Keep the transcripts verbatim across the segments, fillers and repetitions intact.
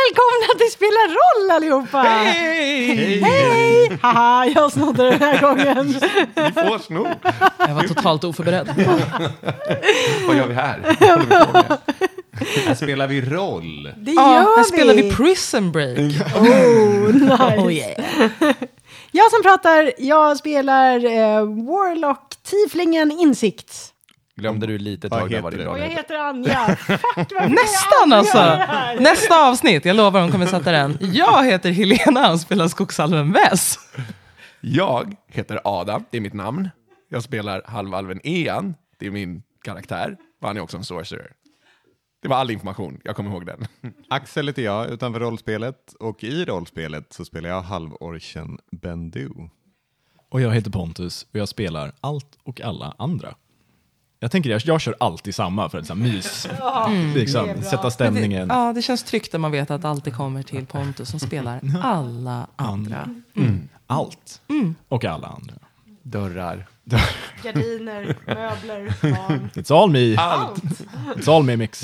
Välkomna till Spela roll allihopa! Hej! Hej! Haha, jag snodde den här gången. Ni får sno. Jag var totalt oförberedd. Vad gör vi här? Vad håller vi på med? Här spelar vi roll. Det Ja, gör här vi. spelar vi Prison Break. Oh, nice. Oh yeah. Jag som pratar, jag spelar eh, Warlock, Tieflingen Insikt. Glömde du lite Vad tag där heter vad det det? bra Och jag heter. heter Anja. Fuck, varför Nästan jag alltså. gör det här? Nästa avsnitt, jag lovar hon kommer sätta den. Jag heter Helena och spelar Skogsalven Väs. Jag heter Adam, det är mitt namn. Jag spelar halvalven Ean, det är min karaktär. Och han är också en sorcerer. Det var all information, jag kommer ihåg den. Axel heter jag utanför rollspelet och i rollspelet så spelar jag halvorchen Bendu. Och jag heter Pontus och jag spelar allt och alla andra. Jag tänker jag, jag kör alltid samma för att så här, mys, Mm. liksom, Det är bra. sätta stämningen. Ja, det känns tryggt när man vet att alltid kommer till Pontus som spelar alla andra. Mm. Allt och alla andra. Dörrar. Gardiner, möbler, barn. It's all me. Allt. It's all me mix.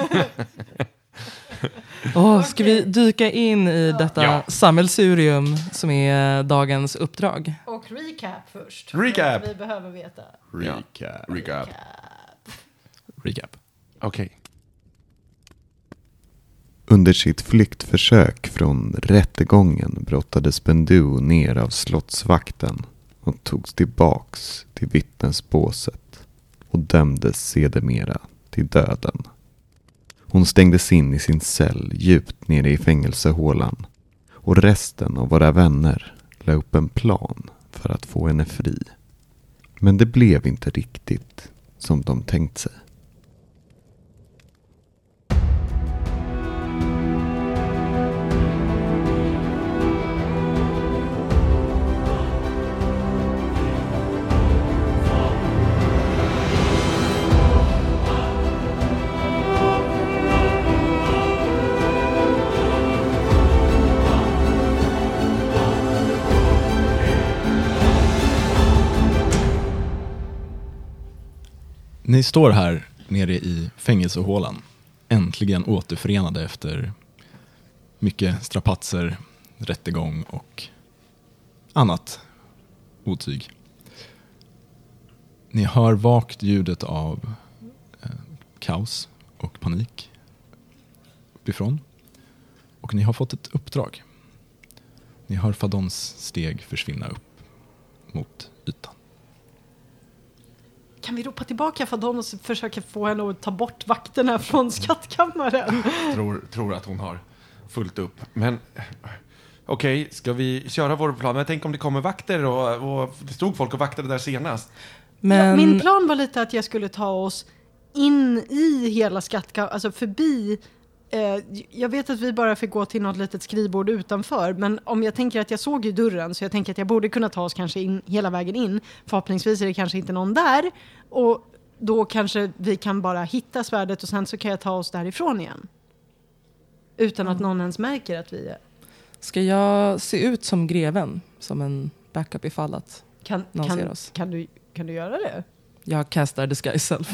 Åh, ska vi dyka in i detta Ja. sammelsurium som är dagens uppdrag? Och recap först. Recap. Vi behöver veta. Recap. Recap. Recap. Okej. Under sitt flyktförsök från rättegången brottades Bendu ner av slottsvakten och togs tillbaks till vittnesbåset och dömdes sedermera till döden. Hon stängdes in i sin cell djupt nere i fängelsehålan och resten av våra vänner la upp en plan för att få henne fri. Men det blev inte riktigt som de tänkt sig. Ni står här nere i fängelsehålan, äntligen återförenade efter mycket strapatser, rättegång och annat otyg. Ni hör vagt ljudet av eh, kaos och panik uppifrån. Och ni har fått ett uppdrag. Ni hör Fadons steg försvinna upp mot ytan. Kan vi ropa tillbaka för de och försöka få henne att ta bort vakterna från skattkammaren? Tror, tror att hon har fullt upp. Men okej, ska vi köra vår plan? Men tänk om det kommer vakter och, och det stod folk och vaktade där senast. Men Ja, min plan var lite att jag skulle ta oss in i hela skattkammaren, alltså förbi. Eh, jag vet att vi bara fick gå till något litet skrivbord utanför, men om jag tänker att jag såg ju dörren, så jag tänker att jag borde kunna ta oss kanske in, hela vägen in. Förhoppningsvis är det kanske inte någon där, och då kanske vi kan bara hitta svärdet och sen så kan jag ta oss därifrån igen. Utan att någon ens märker att vi är. ska jag se ut som greven, som en backup ifall att Kan, någon kan, ser oss? kan, du, kan du göra det? Jag castar disguise self.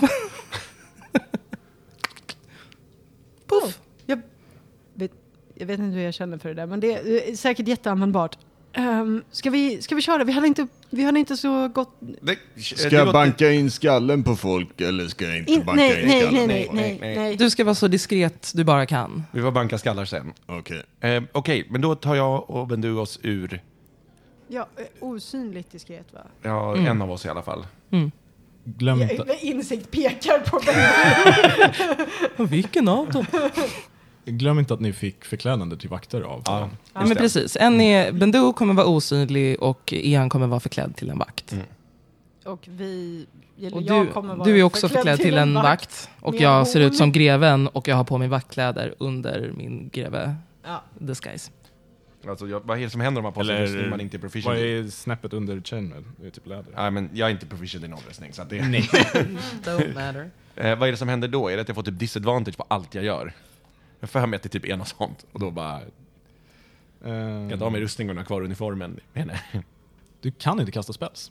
Puff. Jag vet, jag vet inte hur jag känner för det där, men det är säkert jätteanvändbart. Um, ska, vi, ska vi köra? Vi hade inte, vi hade inte så gott... Det, Ska jag banka in skallen på folk eller ska jag inte In, banka nej, in nej, skallen nej, på nej, folk? nej, nej. Du ska vara så diskret du bara kan. Vi får banka skallar sen. Okej. Eh, Okej, men då tar jag och Bendu oss ur. Ja, eh, osynligt diskret, va? Ja, Mm. en av oss i alla fall. Glöm inte... Jag, insikt pekar på mig. Och vilken av dem? Glöm inte att ni fick förklädande till vakter av. Ja. Ja, men precis. En är, Bendu kommer vara osynlig och Ian kommer vara förklädd till en vakt. Mm. Och vi... Eller Och jag du, kommer vara du är också förklädd till en vakt. Och med jag ser ut horn. som greven och jag har på mig vaktkläder under min greve Ja. disguise. Alltså, jag, vad är det som händer om man på sig rustning man inte är proficient vad i? är snäppet under chainmail? Det är typ läder. Nej, men jag är inte proficient i någon rustning. Så att det, Nej. Don't matter. eh, vad är det som händer då? Är det att jag får typ disadvantage på allt jag gör? Jag får mig att det typ är något sånt. Och då bara... Uh, Jag tar med rustning och har kvar uniformen. Men, du kan inte kasta spells.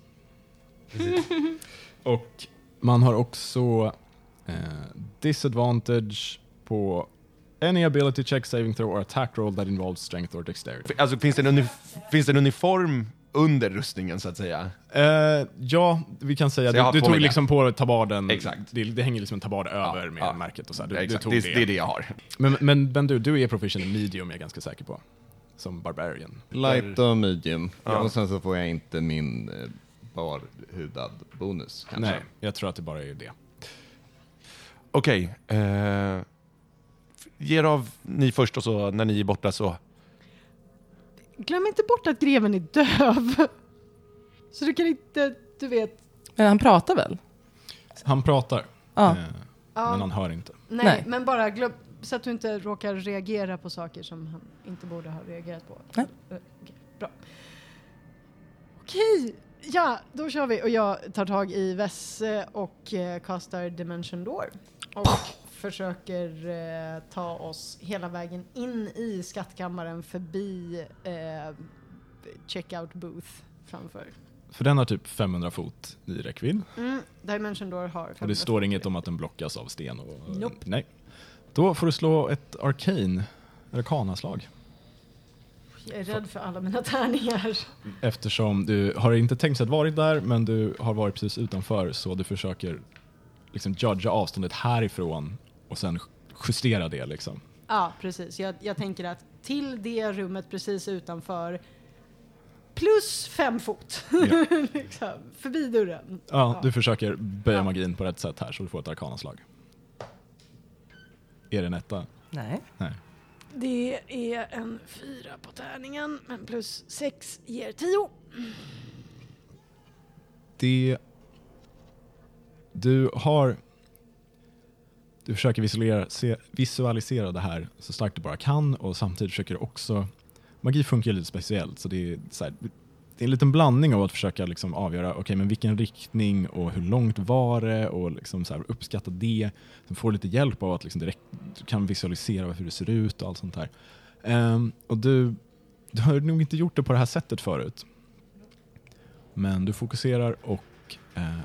Och man har också eh, disadvantage på Any ability check, saving throw or attack roll that involves strength or dexterity. Alltså finns det en, unif- finns det en uniform under rustningen så att säga? Uh, ja, vi kan säga Så jag har du, du på tog mig liksom på tabarden. Exakt. Det, det hänger liksom en tabard över Ja, med ja. märket och så här. Du, Ja, du exakt. tog det, det. det är det jag har. Men, men, men du, du är proficient i medium, är jag ganska säker på. Som barbarian. Light och medium. Ja. Och sen så får jag inte min eh, barhudad bonus kanske. Nej, jag tror att det bara är det. Okej. Eh, ger av ni först och så när ni är borta så... Glöm inte bort att greven är döv. Så du kan inte, du vet... Men han pratar väl? Han pratar, Ja. eh, Ja. men han hör inte. Nej, Nej. men bara glöm, så att du inte råkar reagera på saker som han inte borde ha reagerat på. Nej. Eh, okej, bra. Okej, ja, då kör vi. Och jag tar tag i Vess och eh, kastar Dimension Door. Och försöker eh, ta oss hela vägen in i skattkammaren förbi eh, checkout booth framför. För den har typ femhundra fot i räckvidd. Mm, Dimension Door har Och det står inget om att den blockas av sten. Och, Nope. Nej. Då får du slå ett arcane, arkanaslag. Jag är rädd för alla mina tärningar. Eftersom du har inte tänkt sig att varit där, men du har varit precis utanför, så du försöker liksom judga avståndet härifrån och sen justera det liksom. Ja, precis. Jag, jag tänker att till det rummet precis utanför plus fem fot. Ja. liksom, förbi dörren. Ja, du försöker böja Ja. magin på rätt sätt här så du får ett arkanaslag. Är det en etta? Nej. Nej. Det är en fyra på tärningen, men plus sex ger tio. Det... Du har... Du försöker visualisera, se, visualisera det här så starkt du bara kan, och samtidigt försöker du också... Magi funkar lite speciellt, så det är, så här, det är en liten blandning av att försöka liksom avgöra okay, men vilken riktning och hur långt var det, och liksom så här, uppskatta det. Sen får lite hjälp av att liksom direkt, du kan visualisera hur det ser ut och allt sånt där. Um, och du, du har nog inte gjort det på det här sättet förut. Men du fokuserar och uh,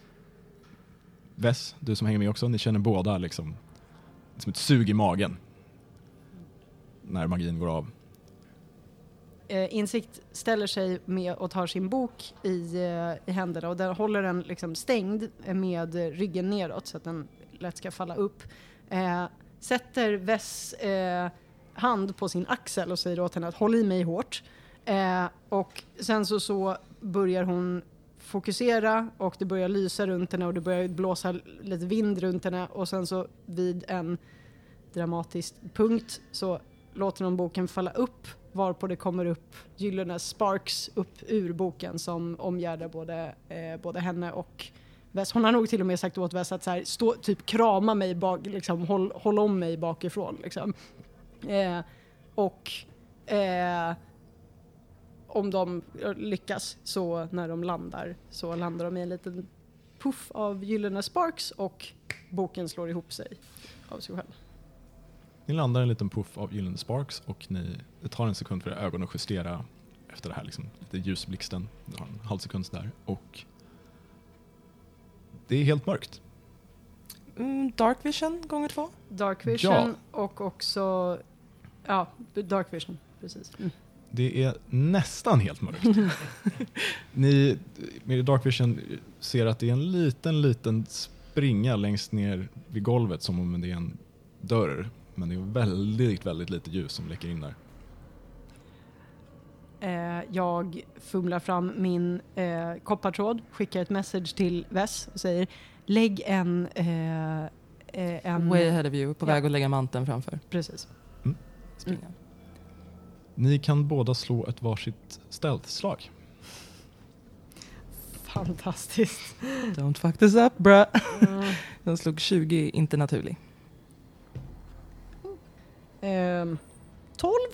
Vess, du som hänger med också, ni känner båda liksom som ett sug i magen när magin går av. Eh, Insikt ställer sig med och tar sin bok i, eh, i händerna, och där håller den liksom stängd med ryggen neråt så att den lätt ska falla upp. Eh, sätter Vess eh, hand på sin axel och säger åt henne att håll i mig hårt. Eh, och sen så, så börjar hon fokusera, och det börjar lysa runt henne och det börjar blåsa lite vind runt henne, och sen så vid en dramatisk punkt så låter hon boken falla upp, varpå det kommer upp gyllene sparks upp ur boken som omgärdar både, eh, både henne och Vess. Hon har nog till och med sagt åt Vess att så här, stå, typ krama mig bak, liksom, håll, håll om mig bakifrån. Liksom. Eh, och eh, om de lyckas, så när de landar så landar de i en liten puff av gyllene sparks, och boken slår ihop sig av sig själv. Ni landar en liten puff av gyllene sparks, och ni, det tar en sekund för era ögon att justera efter det här liksom, lite ljusblixten. Det har en halv sekund där, och det är helt mörkt. Mm, Dark Vision gånger två. Dark Vision Ja. och också ja, Dark Vision, precis. Mm. Det är nästan helt mörkt. Ni med Dark Vision ser att det är en liten, liten springa längst ner vid golvet, som om det är en dörr. Men det är väldigt, väldigt lite ljus som läcker in där. Eh, jag fumlar fram min eh, koppartråd, skickar ett message till Vess och säger lägg en... Eh, eh, en Way ahead of you, på Ja. väg att lägga manteln framför. Precis. Springa. Ni kan båda slå ett varsitt stealth-slag. Fantastiskt. Don't fuck this up, bruh. Mm. Jag slog tjugo, inte naturlig. Eh, tolv.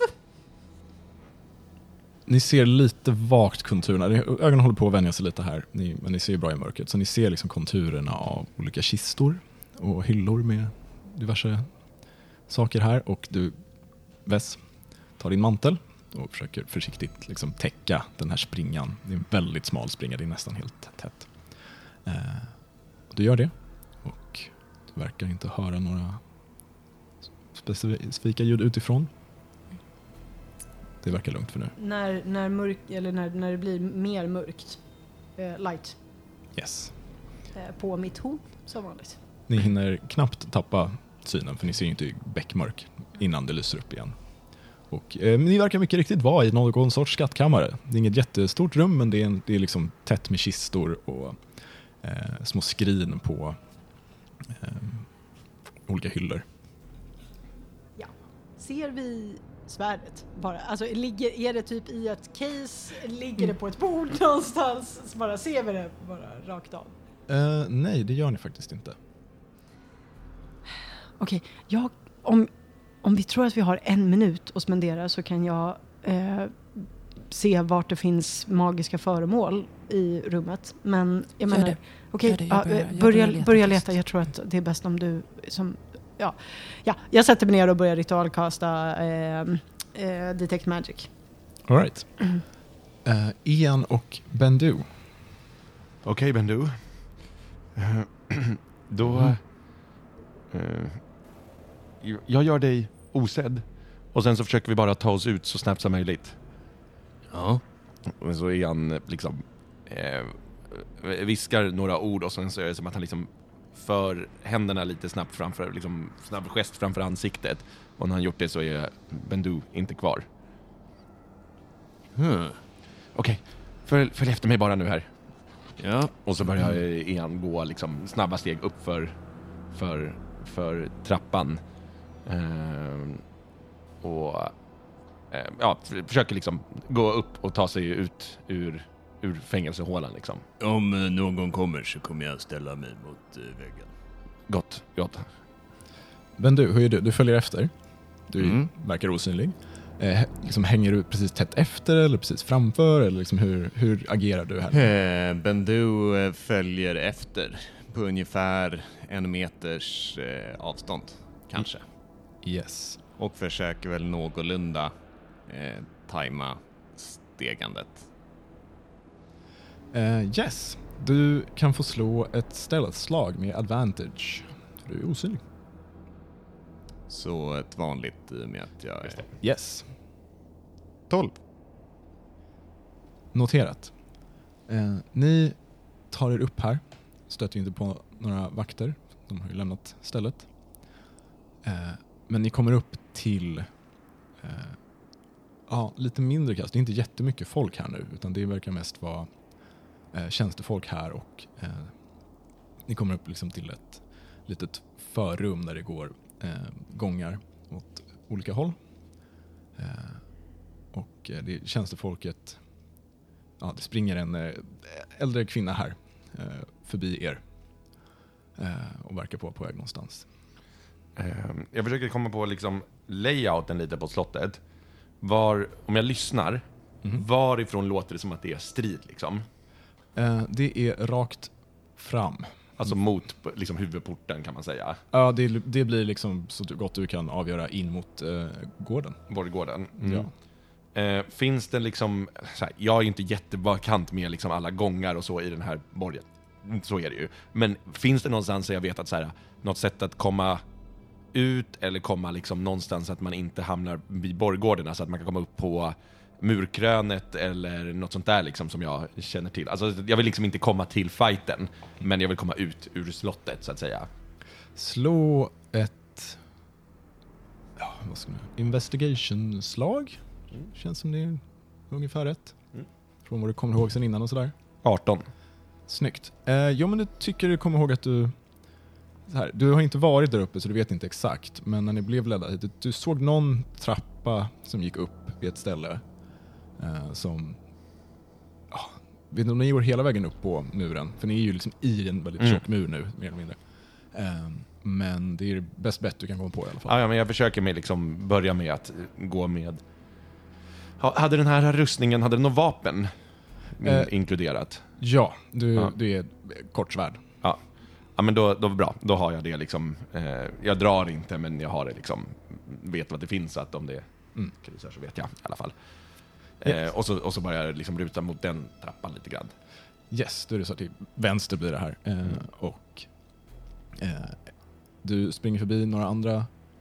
Ni ser lite vagt konturerna. Ögonen håller på att vänja sig lite här. Ni, men ni ser ju bra i mörkret. Så ni ser liksom konturerna av olika kistor och hyllor med diverse saker här. Och du, Vess, tar din mantel och försöker försiktigt liksom täcka den här springan. Det är en väldigt smal springa, det är nästan helt tätt. Eh, du gör det, och du verkar inte höra några specifika ljud utifrån? Det verkar lugnt för nu. När, när, mörk, eller när, när det blir mer mörkt, eh, light, Yes. eh, på mitt horn som vanligt. Ni hinner knappt tappa synen, för ni ser ju inte bäckmörk innan det lyser upp igen. Och eh, ni verkar mycket riktigt vara i någon sorts skattkammare. Det är inget jättestort rum, men det är, en, det är liksom tätt med kistor och eh, små skrin på eh, olika hyllor. Ja. Ser vi svärdet bara? Alltså ligger, är det typ i ett case? Ligger det på ett bord någonstans? Så bara ser vi det bara rakt av? Eh, nej, det gör ni faktiskt inte. Okej, jag, om, om vi tror att vi har en minut att spendera så kan jag eh, se vart det finns magiska föremål i rummet. Men jag Gör menar, det. okej, Gör det, jag ja, börjar- eh, jag börja, börjar leta börja först. leta. Jag tror att det är bäst om du som, ja, ja jag sätter mig ner och börjar ritualkasta eh, eh, Detect Magic. All right. Eh, Ian och Bendu. Okej, Bendu. Eh, Då... Mm. eh, jag gör dig osedd. Och sen så försöker vi bara ta oss ut så snabbt som möjligt. Ja. Och så är han liksom... Eh, viskar några ord och sen så är det som att han liksom för händerna lite snabbt framför, liksom snabb gest framför ansiktet. Och när han gjort det så är Bendu inte kvar. Hmm. Okej, följ, följ efter mig bara nu här. Ja. Och så börjar Ian gå liksom snabba steg upp för, för, för trappan. Ehm, och eh, ja, för, försöker liksom gå upp och ta sig ut ur, ur fängelsehålan liksom. Om eh, någon kommer så kommer jag ställa mig mot eh, väggen. Gott, gott. Bendu, hur är du? Du följer efter. Du Mm. verkar osynlig. Eh, liksom hänger du precis tätt efter eller precis framför? Eller liksom hur, hur agerar du här? Eh, Bendu eh, följer efter på ungefär en meters eh, avstånd, kanske. Yes. Och försöker väl någorlunda eh, tajma stegandet. Eh, yes. Du kan få slå ett stealth-slag med advantage. För du är osynlig. Så ett vanligt i och med att jag är Yes. tolv. Noterat. Eh, ni tar er upp här. Stöter inte på några vakter. De har ju lämnat stället. Eh, men ni kommer upp till eh, ja, lite mindre kast. Det är inte jättemycket folk här nu, utan det verkar mest vara eh, tjänstefolk här. Och eh, ni kommer upp liksom till ett litet förrum där det går eh, gångar åt olika håll. Eh, och eh, det är tjänstefolket. Ja, det springer en eh, äldre kvinna här eh, förbi er eh, och verkar på på väg någonstans. Ehm, jag försöker komma på liksom layouten lite på slottet. Var, om jag lyssnar, Mhm. varifrån låter det som att det är strid liksom? Eh, det är rakt fram. Alltså mot liksom huvudporten kan man säga. Ja, det, det blir liksom så gott du kan avgöra in mot eh, gården. Borggården. Ja. Eh, finns det liksom, så här, jag är inte jättebakant med liksom alla gångar och så i den här borgen. Så är det ju. Men finns det någonstans så jag vet att så här, något sätt att komma ut eller komma liksom någonstans att man inte hamnar vid borggården, så att man kan komma upp på murkrönet eller något sånt där liksom som jag känner till. Alltså jag vill liksom inte komma till fighten, men jag vill komma ut ur slottet så att säga. Slå ett ja, vad ska man, investigation-slag. Känns som det är ungefär rätt. Mm. Från vad du kommer ihåg sen innan och sådär. arton. Snyggt. Eh, ja, men du tycker du kommer ihåg att du... Så här, du har inte varit där uppe så du vet inte exakt. Men när ni blev ledda hit, du, du såg någon trappa som gick upp vid ett ställe. Eh, som... Ja, vet inte om ni går hela vägen upp på muren. För ni är ju liksom i en väldigt Mm. tjock mur nu, mer eller mindre. Eh, men det är bäst bett du kan komma på i alla fall. Ja, ja, men jag försöker med liksom börja med att gå med. Ha, hade den här rustningen, hade den något vapen Eh. inkluderat? Ja, du, Ja. det är kort svärd. Ja. Ja, men då då bra. Då har jag det liksom. Eh, jag drar inte, men jag har det liksom. Vet vad det finns, så att om det Mm. krisar så vet jag i alla fall. Yes. Eh, och så och så börjar jag liksom ruta mot den trappan lite grann. Yes, då är det så att till vänster blir det här. Eh, Mm. och eh, du springer förbi några andra, några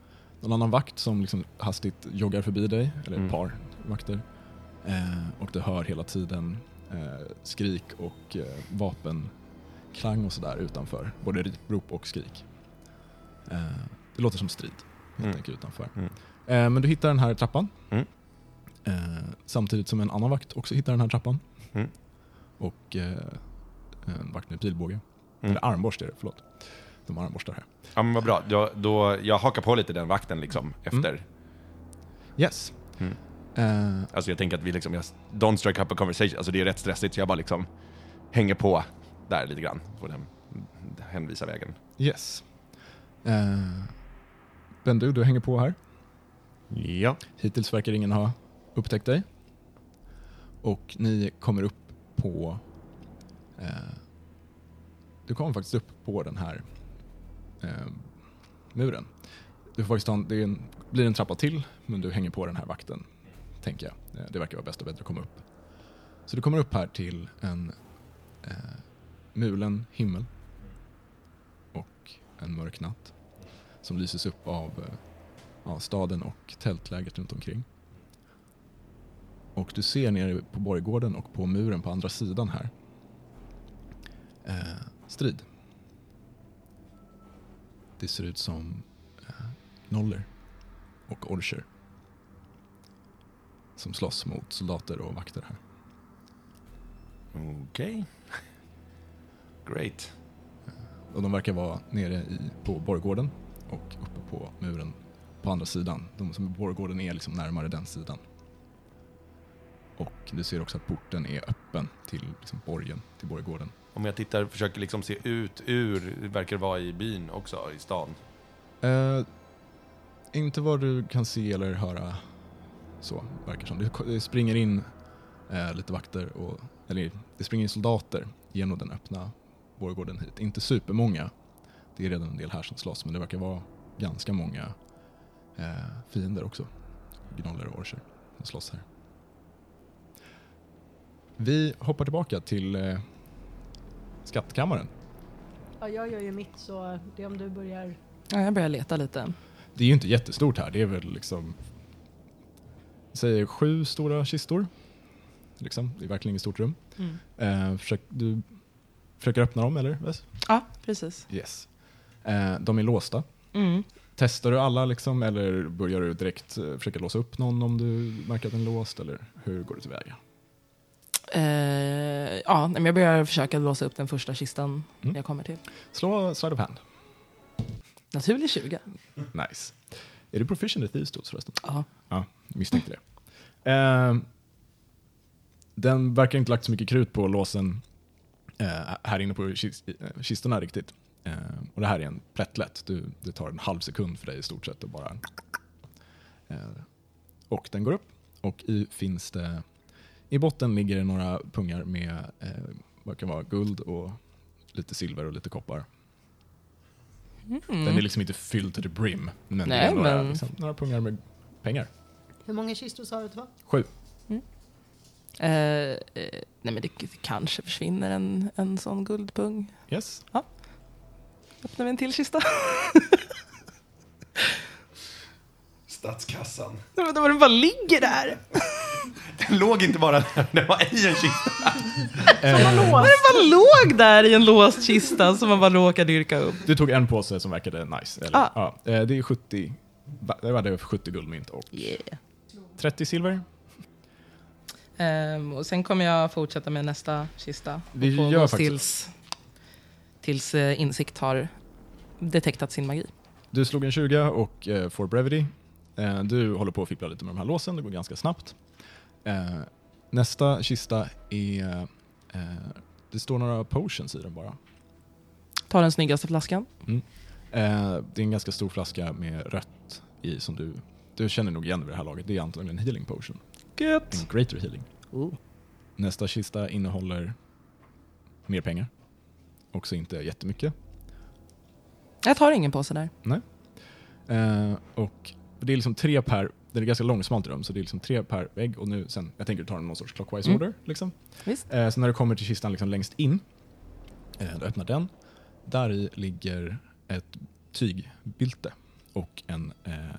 en annan vakt som liksom hastigt joggar förbi dig, eller Mm. ett par vakter. Eh, och du hör hela tiden eh, skrik och eh, vapenklang och sådär utanför. Både riprop och skrik. Eh, det låter som strid helt Mm. enkelt utanför. Mm. Eh, men du hittar den här trappan. Mm. Eh, samtidigt som en annan vakt också hittar den här trappan. Mm. Och eh, en vakt med pilbåge. Mm. Eller armborst är det, förlåt. De har armborstar här. Ja, men vad bra. Då, då, jag hakar på lite den vakten liksom, efter. Mm. Yes. Mm. Eh, Alltså jag tänker att vi liksom, jag, don't strike up a conversation. Alltså det är rätt stressigt, så jag bara liksom hänger på där lite grann på den hänvisa vägen. yes. Eh, Bendu, du hänger på här. Ja. Hittills verkar ingen ha upptäckt dig. Och ni kommer upp på... Eh, du kommer faktiskt upp på den här eh, muren. Du får faktiskt ta en, det är en, blir en trappa till, men du hänger på den här vakten, tänker jag. Eh, det verkar vara bäst och bättre att komma upp. Så du kommer upp här till en eh, mulen himmel och en mörk natt som lyses upp av eh, ja, staden och tältläget runt omkring. Och du ser nere på borggården och på muren på andra sidan här eh, strid. Det ser ut som eh, gnoller och orcher som slåss mot soldater och vakter här. Okej. Great. Och de verkar vara nere i, på borggården och uppe på muren på andra sidan. De som borggården är liksom närmare den sidan. Och du ser också att porten är öppen till liksom borgen, till borggården. Om jag tittar, försöker liksom se ut ur, det verkar vara i byn också, i stan. Eh, inte vad du kan se eller höra så, verkar som. Det, det springer in eh, lite vakter, och, eller det springer in soldater genom den öppna borggården hit. Inte supermånga, det är redan en del här som slåss, men det verkar vara ganska många eh, fiender också. Gnoller och orcher som slåss här. Vi hoppar tillbaka till eh, skattkammaren. Ja, jag gör ju mitt, så det är om du börjar... Ja, jag börjar leta lite. Det är ju inte jättestort här. Det är väl liksom, säger sju stora kistor. Liksom. Det är verkligen inget stort rum. Mm. Eh, försök, du försöker öppna dem, eller? Yes. Ja, precis. Yes. Eh, de är låsta. Mm. Testar du alla liksom, eller börjar du direkt eh, försöka låsa upp någon om du märker att den är låst? Eller hur går det tillväga? Eh, ja, men jag börjar försöka låsa upp den första kistan Mm. jag kommer till. Slå sleight of hand. Naturlig tjugo. Nice. Är du proficient i thieves tools förresten? Ja. Ja, misstänkte det. Eh, den verkar inte lagt så mycket krut på låsen eh, här inne på kist, eh, kistorna riktigt. Eh, och det här är en plättlätt. Du, det tar en halv sekund för dig i stort sett att bara... Eh, och den går upp. Och i finns det... I botten ligger det några pungar med eh, vad kan vara guld och lite silver och lite koppar. Mm. Den är liksom inte fylld till the brim. Men Nej, det är några, men- liksom, några pungar med pengar. Hur många kistor sa du att det var? Sju. Eh, eh, nej, men det, det kanske försvinner en, en sån guldpung. Yes. Öppnar vi en till kista? Statskassan. Nej, men den bara ligger där. Den låg inte bara där, den var i en kista. Eh, Den bara låg där i en låst kista som man bara råkade dyrka upp. du tog en påse som verkade nice. Eller? Ah. Ja, eh, det är sjuttio. va- Det var det för sjuttio guldmynt och Yeah. trettio silver. Ehm, och sen kommer jag fortsätta med nästa kista. Vi och få gör gå faktiskt- tills, tills eh, insikt har detektat sin magi. Du slog en tjugo och eh, får brevity. Eh, du håller på att fippla lite med de här låsen. Det går ganska snabbt. Eh, nästa kista är... Eh, det står några potions i den bara. Ta den snyggaste flaskan. Eh, det är en ganska stor flaska med rött i som du... Du känner nog igen vid det här laget. Det är antagligen en healing potion. Gött. En greater healing. Oh. Nästa kista innehåller mer pengar. Också inte jättemycket. Jag tar ingen påse där. Eh, och det är liksom tre per... Det är ett ganska långsmalt rum, så det är liksom tre per vägg. Och nu sen, jag tänker ta någon sorts clockwise Mm. order. Liksom. Visst. Eh, så när du kommer till kistan liksom längst in, eh, du öppnar den. Där i ligger ett tygbylte och en, eh,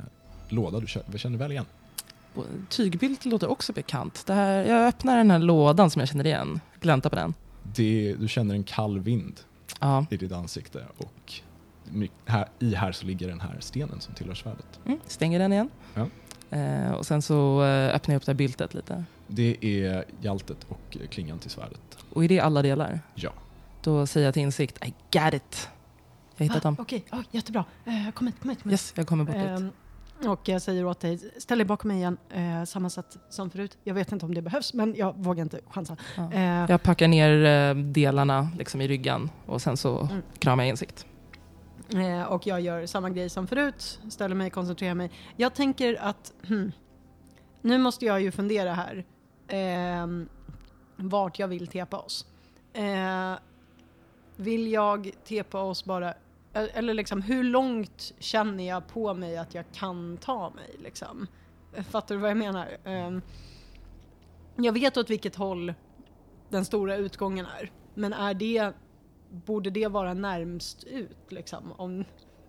låda du känner, känner väl igen. Tygbild låter också bekant. Det här, jag öppnar den här lådan som jag känner igen. Gläntar på den. Det, du känner en kall vind Ja. i ditt ansikte och här, i här så ligger den här stenen som tillhör svärdet. Mm, stänger den igen. Ja. Eh, och sen så eh, öppnar jag upp det här byltet lite. Det är hjältet och klingan till svärdet. Och är det alla delar? Ja. Då säger jag till insikt, I got it. Jag har hittat Ah, dem. Okej, okay. oh, jättebra. Uh, kom hit, kom hit. Kom hit. Yes, jag kommer bort dit. Um, och jag säger åt dig, ställ dig bakom mig igen. Uh, samma sätt som förut. Jag vet inte om det behövs, men jag vågar inte chansa. Ja. Uh, Jag packar ner eh, delarna liksom i ryggen och sen så Mm. kramar jag insikt. uh, och jag gör samma grej som förut. Ställer mig, koncentrerar mig. Jag tänker att, hmm, nu måste jag ju fundera här. Uh, vart jag vill tepa oss. Uh, vill jag tepa oss bara... Eller liksom, hur långt känner jag på mig att jag kan ta mig? Liksom? Fattar du vad jag menar? Um, jag vet åt vilket håll den stora utgången är. Men är det, borde det vara närmst ut? Liksom, om...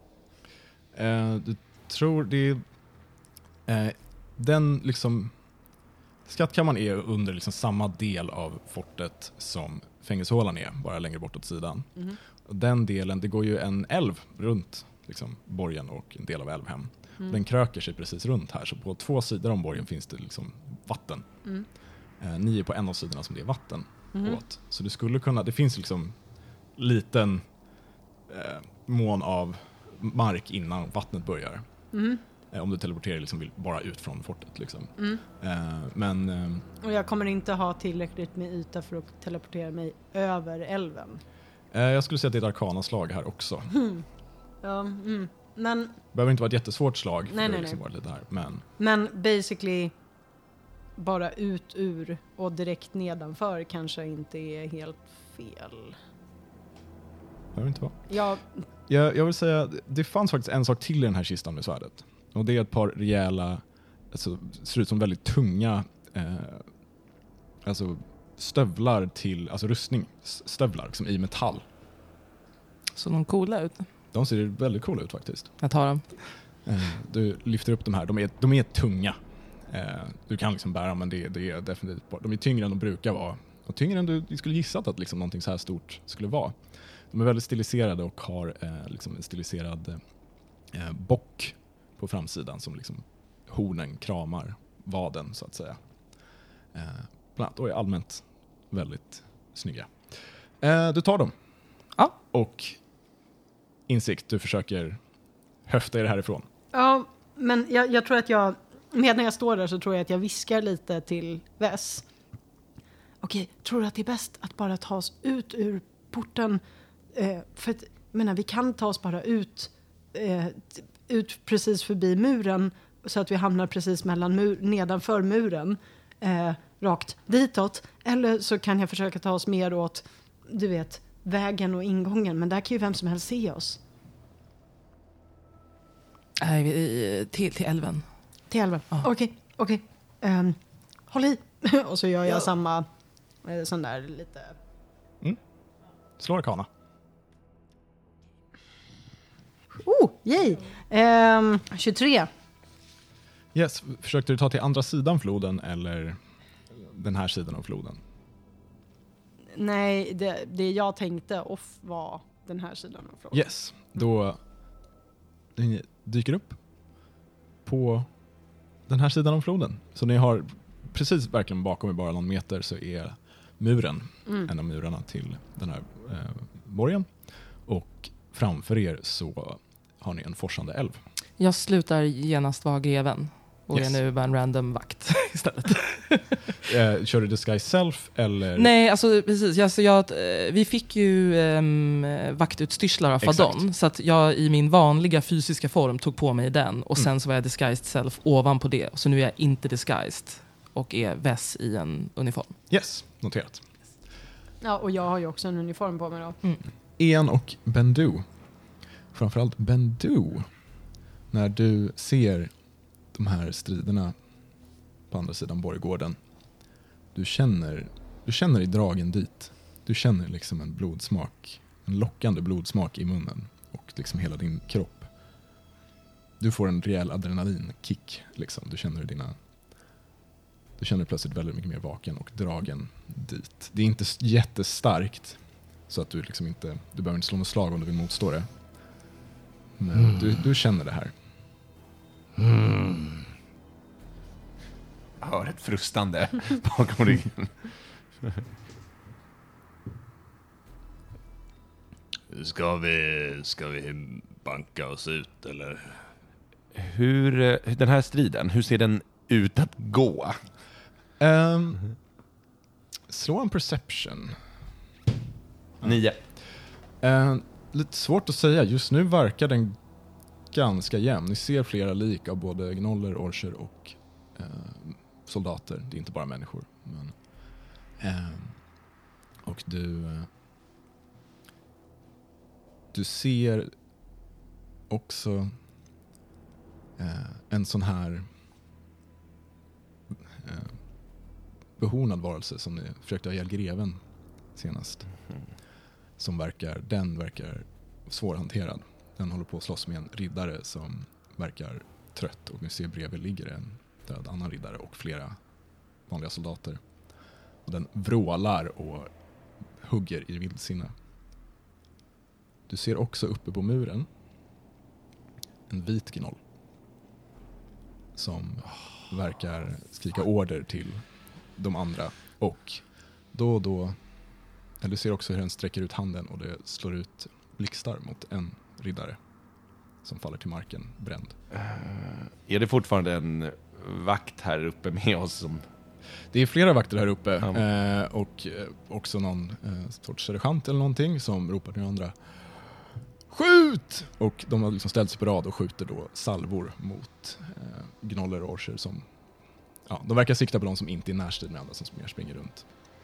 Eh, du tror det är... Eh, den liksom... Skattkammaren är under liksom samma del av fortet som fängelsehålan är, bara längre bort åt sidan. Mm. Och den delen, det går ju en älv runt liksom, borgen och en del av Älvhem. Mm. Den kröker sig precis runt här, så på två sidor om borgen finns det liksom vatten. Mm. Eh, ni är på en av sidorna som det är vatten Mm. åt. Så du skulle kunna, det finns liksom liten eh, mån av mark innan vattnet börjar. Mm. Eh, om du teleporterar liksom vill bara ut från fortet. Liksom. Mm. Eh, men eh, Och jag kommer inte ha tillräckligt med yta för att teleportera mig över älven. eh, jag skulle säga att det är ett arkanaslag här också. Mm. Ja, mm. Men, Det behöver inte vara ett jättesvårt slag. För Nej, det nej, har liksom nej. varit lite här. Men men basically bara ut ur och direkt nedanför kanske inte är helt fel. det behöver inte vara. Jag, Jag, jag vill säga, det fanns faktiskt en sak till i den här kistan med svärdet. Och det är ett par rejäla, alltså, ser ut som väldigt tunga eh, alltså stövlar till, alltså rustning, s- stövlar liksom, i metall. Så de coola ut. De ser väldigt coola ut faktiskt. Jag tar dem. Eh, du lyfter upp de här, de är, de är tunga. Eh, du kan liksom bära, men det, det är definitivt, de är tyngre än de brukar vara. Och tyngre än du, du skulle gissat att liksom någonting så här stort skulle vara. De är väldigt stiliserade och har eh, liksom en stiliserad eh, bock på framsidan som liksom hornen kramar vaden så att säga. Eh, bland annat, och är allmänt väldigt snygga. Eh, du tar dem. Ja. Och insikt, du försöker höfta er härifrån. ja, men jag, jag tror att jag, medan jag står där så tror jag att jag viskar lite till Vess. Okej, tror du att det är bäst att bara ta oss ut ur porten? Eh, för att, jag menar, vi kan ta oss bara ut, eh, t- ut precis förbi muren så att vi hamnar precis mellan mur, nedanför muren, eh, rakt ditåt. Eller så kan jag försöka ta oss mer åt, du vet, vägen och ingången. Men där kan ju vem som helst se oss. Nej, vi- till, till älven. Till älven. Ja. Okej, okej. Ehm, håll i. Och så gör jag samma, eh, sån där lite... Slå arkana. Oh, yay! Ehm, tjugotre. Yes, försökte du ta till andra sidan floden eller den här sidan av floden? Nej, det, det jag tänkte off var den här sidan av frågan. Yes, då ni dyker upp på den här sidan av floden. Så ni har precis verkligen bakom er, bara någon meter, så är muren, Mm. en av murarna till den här eh, borgen. Och framför er så har ni en forsande älv. Jag slutar genast vara greven och Yes. är nu bara en random vakt istället. Eh, kör du disguise self eller? Nej, alltså precis. Jag, så jag, eh, vi fick ju um, vaktutstyrslar av Fadon, Exakt. så att jag i min vanliga fysiska form tog på mig den och sen Mm. så var jag disguised self ovanpå det. Så nu är jag inte disguised och är väss i en uniform. Yes, noterat. Ja, och jag har ju också en uniform på mig då. Ian och Bendu. Framförallt Bendu. När du ser de här striderna på andra sidan borggården. Du känner, du känner i dragen dit. Du känner liksom en blodsmak. En lockande blodsmak i munnen. Och liksom hela din kropp du får en rejäl adrenalinkick. Liksom. Du känner dina... Du känner dig plötsligt väldigt mycket mer vaken och dragen dit. Det är inte jättestarkt så att du liksom inte... Du behöver inte slå något slag om du vill motstå det. Men mm. du, du känner det här. Mm. Jag hör ett frustande bakom ryggen. Ska vi, ska vi banka oss ut eller? Hur, den här striden, hur ser den ut att gå? Um, slå en perception. Nio. Uh, lite svårt att säga. Just nu verkar den ganska jämn. Ni ser flera lik av både gnoller, orcher och uh, soldater. Det är inte bara människor. Men, uh, och du... Uh, du ser också uh, en sån här... Uh, behornad varelse som ni försökte ha ihjäl greven senast. Mm. Som verkar, den verkar svårhanterad. Den håller på att slåss med en riddare som verkar trött. Och ni ser bredvid ligger en död annan riddare och flera vanliga soldater. Och den vrålar och hugger i vildsinne. Du ser också uppe på muren en vit gnoll som verkar skrika order till de andra. Och då och då, eller du ser också hur den sträcker ut handen och det slår ut blixtar mot en riddare som faller till marken bränd. Uh, är det fortfarande en vakt här uppe med oss? Som... Det är flera vakter här uppe um. eh, och eh, också någon eh, sorts sergeant eller någonting som ropar till andra. Skjut! Och de har liksom ställt sig på rad och skjuter då salvor mot eh, gnoller och orcher som... Ja, de verkar sikta på de som inte är närstrid med andra som mer springer runt.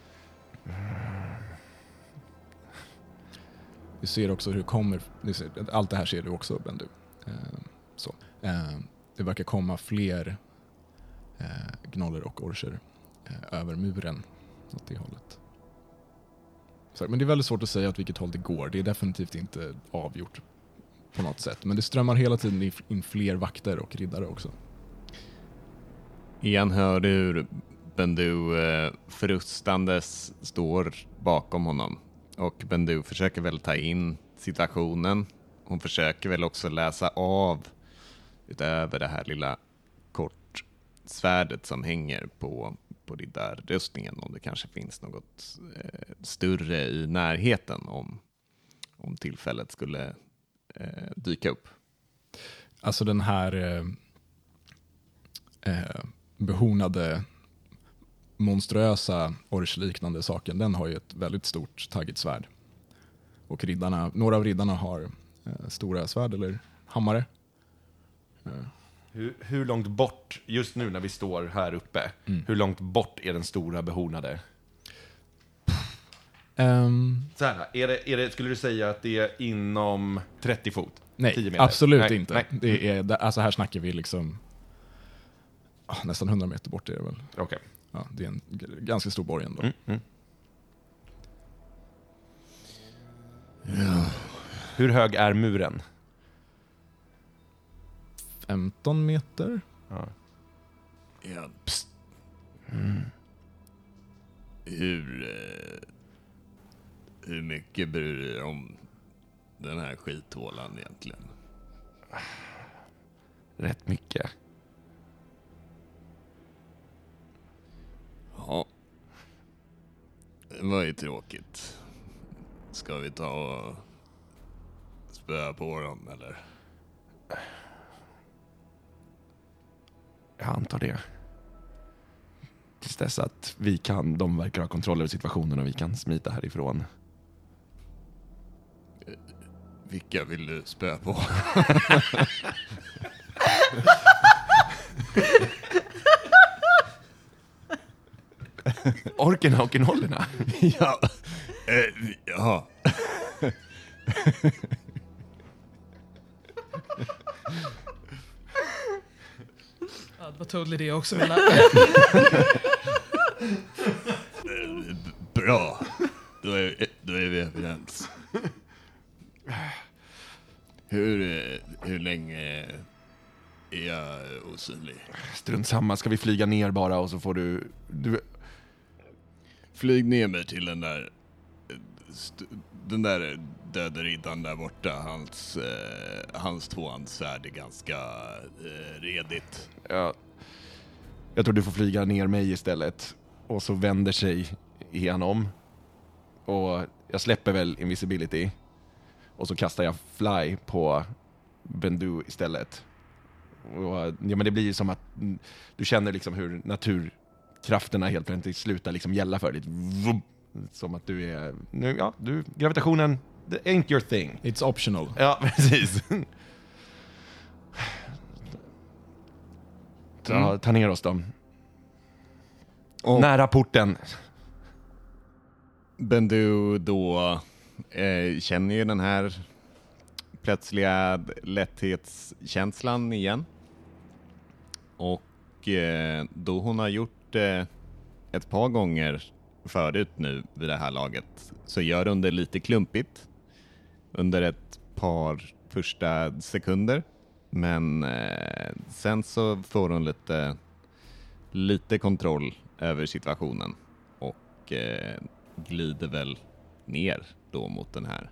Du ser också hur det kommer... Ser, allt det här ser du också, Bendu. Eh, så. Eh, det verkar komma fler eh, gnoller och orcher eh, över muren åt det hållet. Så, men det är väldigt svårt att säga åt vilket håll det går. Det är definitivt inte avgjort på något sätt. Men det strömmar hela tiden in fler vakter och riddare också. Igen hör du hur Bendu eh, frustandes står bakom honom. Och Bendu försöker väl ta in situationen. Hon försöker väl också läsa av utöver det här lilla kortsvärdet som hänger på, på det där rustningen. Om det kanske finns något eh, större i närheten om, om tillfället skulle eh, dyka upp. Alltså den här eh, eh, behornade monstruösa orchliknande saken, den har ju ett väldigt stort taggigt svärd. Och riddarna, några av riddarna har eh, stora svärd eller hammare. Eh. Hur, hur långt bort, just nu när vi står här uppe, mm. hur långt bort är den stora behornade? Um, Så här, är det, är det, skulle du säga att det är inom trettio fot? Nej, tio meter? absolut nej, inte. Nej. Det är, alltså här snackar vi liksom oh, nästan hundra meter bort är det väl. Okej. Okay. Ja, det är en g- ganska stor borg ändå. Mm, mm. Ja. Hur hög är muren? femton meter. Ja. Ja, pst. Mm. Hur, eh, hur mycket bryr du dig om den här skithålan egentligen? Rätt mycket. Ja. Det var ju tråkigt. Ska vi ta och spöa på dem, eller? Jag antar det. Tills dess att vi kan, de verkar ha kontroll över situationen och vi kan smita härifrån. Vilka vill du spöa på? Orkerna och gnollerna. Ja. Eh, ja. Ja, det var totally det också, menar. Bra. Då är, då är vi överens. Hur, hur länge strunt samma. Ska vi flyga ner bara och så får du... du... Flyg ner mig till den där... St- den där döde riddaren där borta. Hans, eh, hans tvåhandssvärd är ganska eh, redigt. Ja, jag tror du får flyga ner mig istället. Och så vänder sig igen om. Och jag släpper väl invisibility. Och så kastar jag fly på Bendu istället. Och, ja, men det blir som att du känner liksom hur naturkrafterna helt plötsligt slutar liksom gälla för dig. Som att du är... Nu, ja, du, gravitationen, det ain't your thing. It's optional. Ja, precis. Ta, ta ner oss då. Och Nära porten. Bendu då eh, känner ju den här plötsliga lätthetskänslan igen. Och eh, då hon har gjort det eh, ett par gånger förut nu vid det här laget så gör hon det lite klumpigt under ett par första sekunder. Men eh, sen så får hon lite, lite kontroll över situationen och eh, glider väl ner då mot den här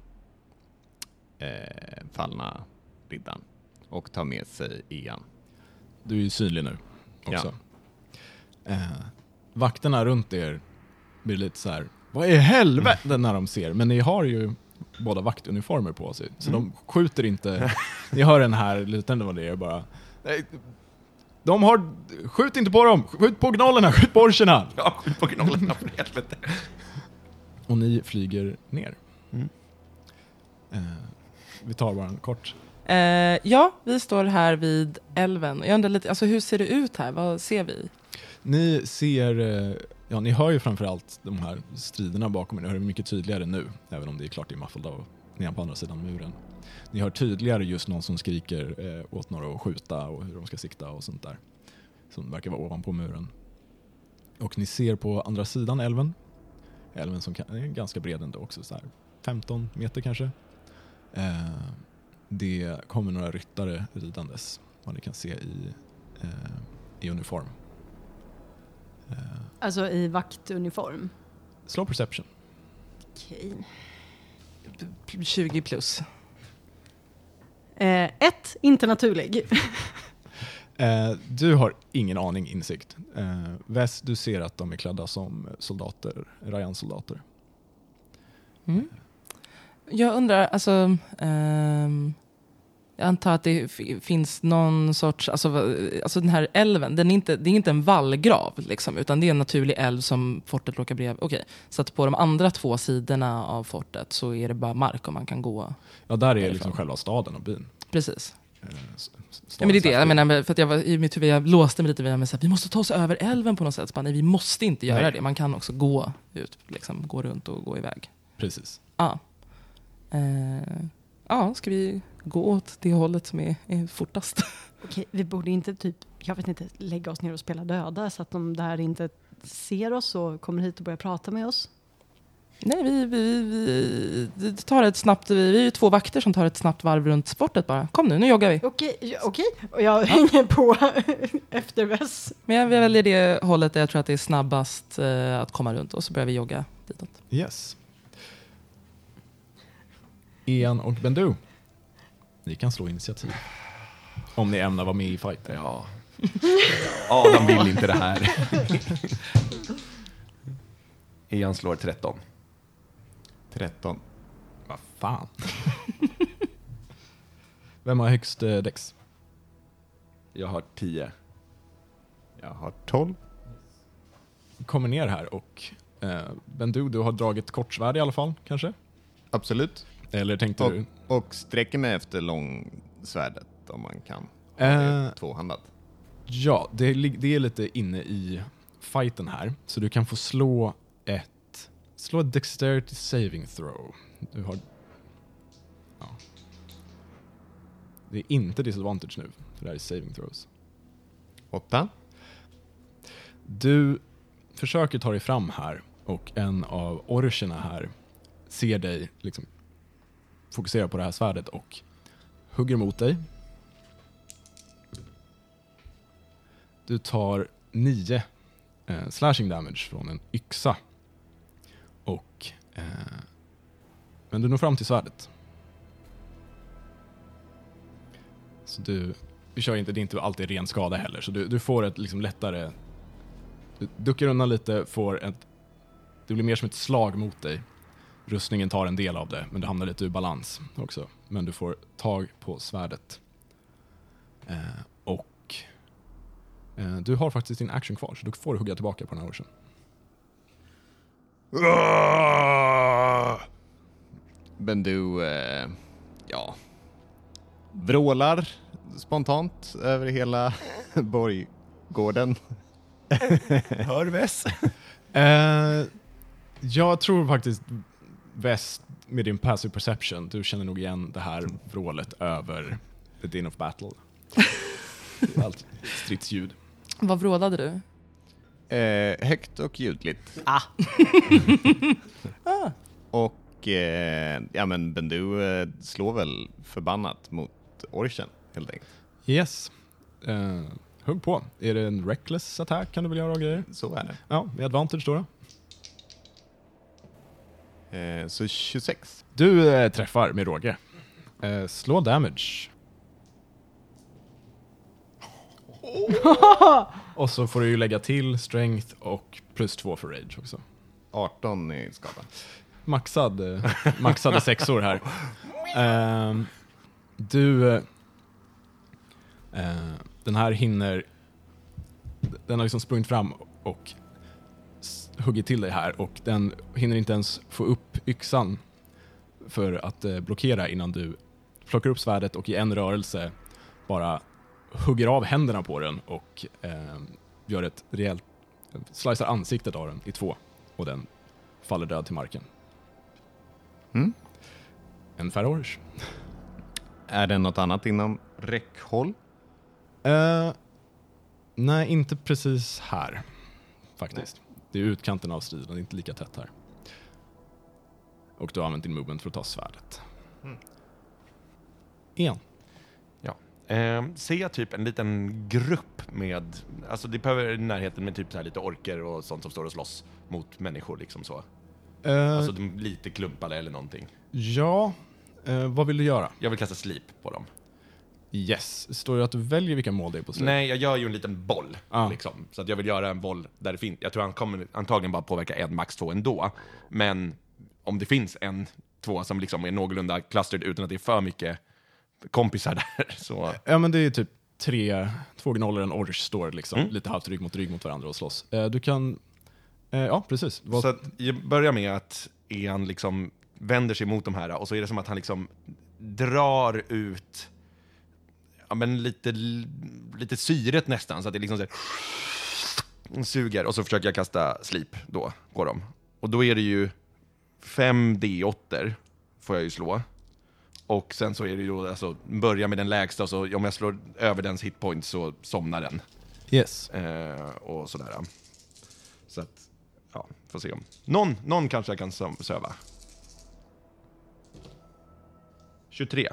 eh, fallna riddaren och tar med sig Ian. Du är ju synlig nu också. Ja. Eh, vakterna runt er blir lite så här: vad är helvete när de ser? Men ni har ju båda vaktuniformer på sig. Så mm. de skjuter inte. Ni hör den här liten vad det är bara. De har... Skjut inte på dem! Skjut på gnollerna! Skjut på orcherna! Ja, skjut på gnollerna för helvete. Och ni flyger ner. Mm. Eh, vi tar bara en kort. Eh, ja, vi står här vid älven. Jag undrar lite, alltså hur ser det ut här? Vad ser vi? Ni ser... Eh, ja, ni hör ju framförallt de här striderna bakom er. Ni hör det mycket tydligare nu. Även om det är klart det är muffled av nedan på andra sidan muren. Ni hör tydligare just någon som skriker eh, åt några att skjuta och hur de ska sikta och sånt där. Som verkar vara ovanpå muren. Och ni ser på andra sidan älven. Älven som kan, är ganska bred ändå också. Så här femton meter kanske. Eh, det kommer några ryttare ridandes. Vad ni kan se i, eh, i uniform. Eh, Alltså i vaktuniform. Slow perception. Okej. tjugo plus. Eh, ett, inte naturlig. Eh, du har ingen aning insikt. Eh, Väs, du ser att de är klädda som soldater, Rayan-soldater. Mm. Jag undrar, alltså... ehm, jag antar att det f- finns någon sorts... Alltså, alltså den här älven, den är inte, det är inte en vallgrav, liksom, utan det är en naturlig älv som fortet råkar bredvid. Okej, så att på de andra två sidorna av fortet så är det bara mark och man kan gå. Ja, där är Därifrån. liksom själva staden och byn. Precis. Eh, s- s- Ja, men det är det. stadens Jag menar, för att jag var i mitt huvud, jag låste mig lite vid att vi måste ta oss över älven på något sätt. Så bara, nej, vi måste inte göra Nej. det. Man kan också gå ut, liksom, gå runt och gå iväg. Precis. Ja. Eh, ja, ska vi gå åt det hållet som är, är fortast? Okej, vi borde inte typ, jag vet inte, lägga oss ner och spela döda så att de där inte ser oss och kommer hit och börjar prata med oss. Nej, vi, vi, vi, vi tar ett snabbt, vi, vi är ju två vakter som tar ett snabbt varv runt sportet bara. Kom nu, nu joggar vi. Okej, ja, okej. Och jag hänger på efter Väs. Men jag väljer det hållet där jag tror att det är snabbast eh, att komma runt och så börjar vi jogga ditåt. Yes. Ian och Bendu. Ni kan slå initiativ. Om ni ämnar vara med i fighten. Ja. Adam vill inte det här. Ian slår tretton. tretton. Vad fan. Vem har högst eh, dex? Jag har tio. Jag har tolv. Kommer ner här och eh, Bendu, du har dragit kortsvärd i alla fall, kanske? Absolut. Eller tänkte Och, du? och sträcker mig efter långsvärdet om man kan. Det Eh, är tvåhandat. Ja, det är, li- det är lite inne i fighten här. Så du kan få slå ett... Slå ett dexterity saving throw. Du har... Ja. Det är inte disadvantage nu, för det här är saving throws. Åtta. Du försöker ta dig fram här och en av orcherna här ser dig liksom fokusera på det här svärdet och hugger mot dig. Du tar nio eh, slashing damage från en yxa. Och eh, men du når fram till svärdet. Så du, du kör inte, det är inte alltid ren skada heller. Så du, du får ett liksom lättare... Du duckar undan lite, får ett... Det blir mer som ett slag mot dig. Rustningen tar en del av det, men du hamnar lite ur balans också. Men du får tag på svärdet. Eh, och eh, du har faktiskt din action kvar, så du får hugga tillbaka på den här orchen. Bendu, eh, ja, vrålar spontant över hela borggården. Hör Vess. Eh, jag tror faktiskt Väst med din passive perception, du känner nog igen det här vrålet över the din of battle. Allt stridsljud. Vad vrålade du? Eh, högt och ljudligt. Ah. ah. Och eh, ja, men Bendu eh, slår väl förbannat mot orchen helt enkelt. Yes. Eh, hugg på. Är det en reckless attack kan du väl göra och grejer? Så är det. Ja, med advantage då. då. Eh, så tjugosex. Du eh, träffar med råge. Eh, slå damage. Och så får du ju lägga till strength och plus två för rage också. arton i skadan. Maxad, eh, maxade sexor här. Eh, du... Eh, eh, den här hinner... Den har liksom sprungit fram och hugger till dig här, och den hinner inte ens få upp yxan för att eh, blockera innan du plockar upp svärdet och i en rörelse bara hugger av händerna på den och eh, gör ett rejält, slicear ansiktet av den i två, och den faller död till marken. Mm. En färorch. Är det något annat inom räckhåll? Eh, nej, inte precis här faktiskt. Nej. Det är utkanten av striden, det är inte lika tätt här. Och du har använt din movement för att ta svärdet. Mm. En. Ja. Eh, ser jag typ en liten grupp med, alltså det behöver i närheten med typ så här lite orker och sånt som står och slåss mot människor liksom så. Eh, alltså de lite klumpade eller någonting. Ja, eh, vad vill du göra? Jag vill kasta sleep på dem. Yes. Står det att du väljer vilka mål det är på sleep? Nej, jag gör ju en liten boll. Ah. Liksom. Så att jag vill göra en boll där det finns. Jag tror han kommer antagligen bara påverka en, max två ändå. Men om det finns en, två som liksom är någorlunda clustered utan att det är för mycket kompisar där. Så... Ja, men det är typ tre, två gnoller, en orch står liksom Mm. lite halvt rygg mot rygg mot varandra och slåss. Eh, du kan... Eh, ja, precis. Vad... Så att jag börjar med att han liksom vänder sig mot de här och så är det som att han liksom drar ut ja, men lite, lite syret nästan, så att det liksom så här, suger, och så försöker jag kasta sleep då på dem. Och då är det ju fem D åtta får jag ju slå. Och sen så är det ju alltså börja med den lägsta, och så om jag slår över dens hitpoint så somnar den. Yes. Eh, och sådär. Så att, ja, får se om någon, någon kanske jag kan söva. tjugotre.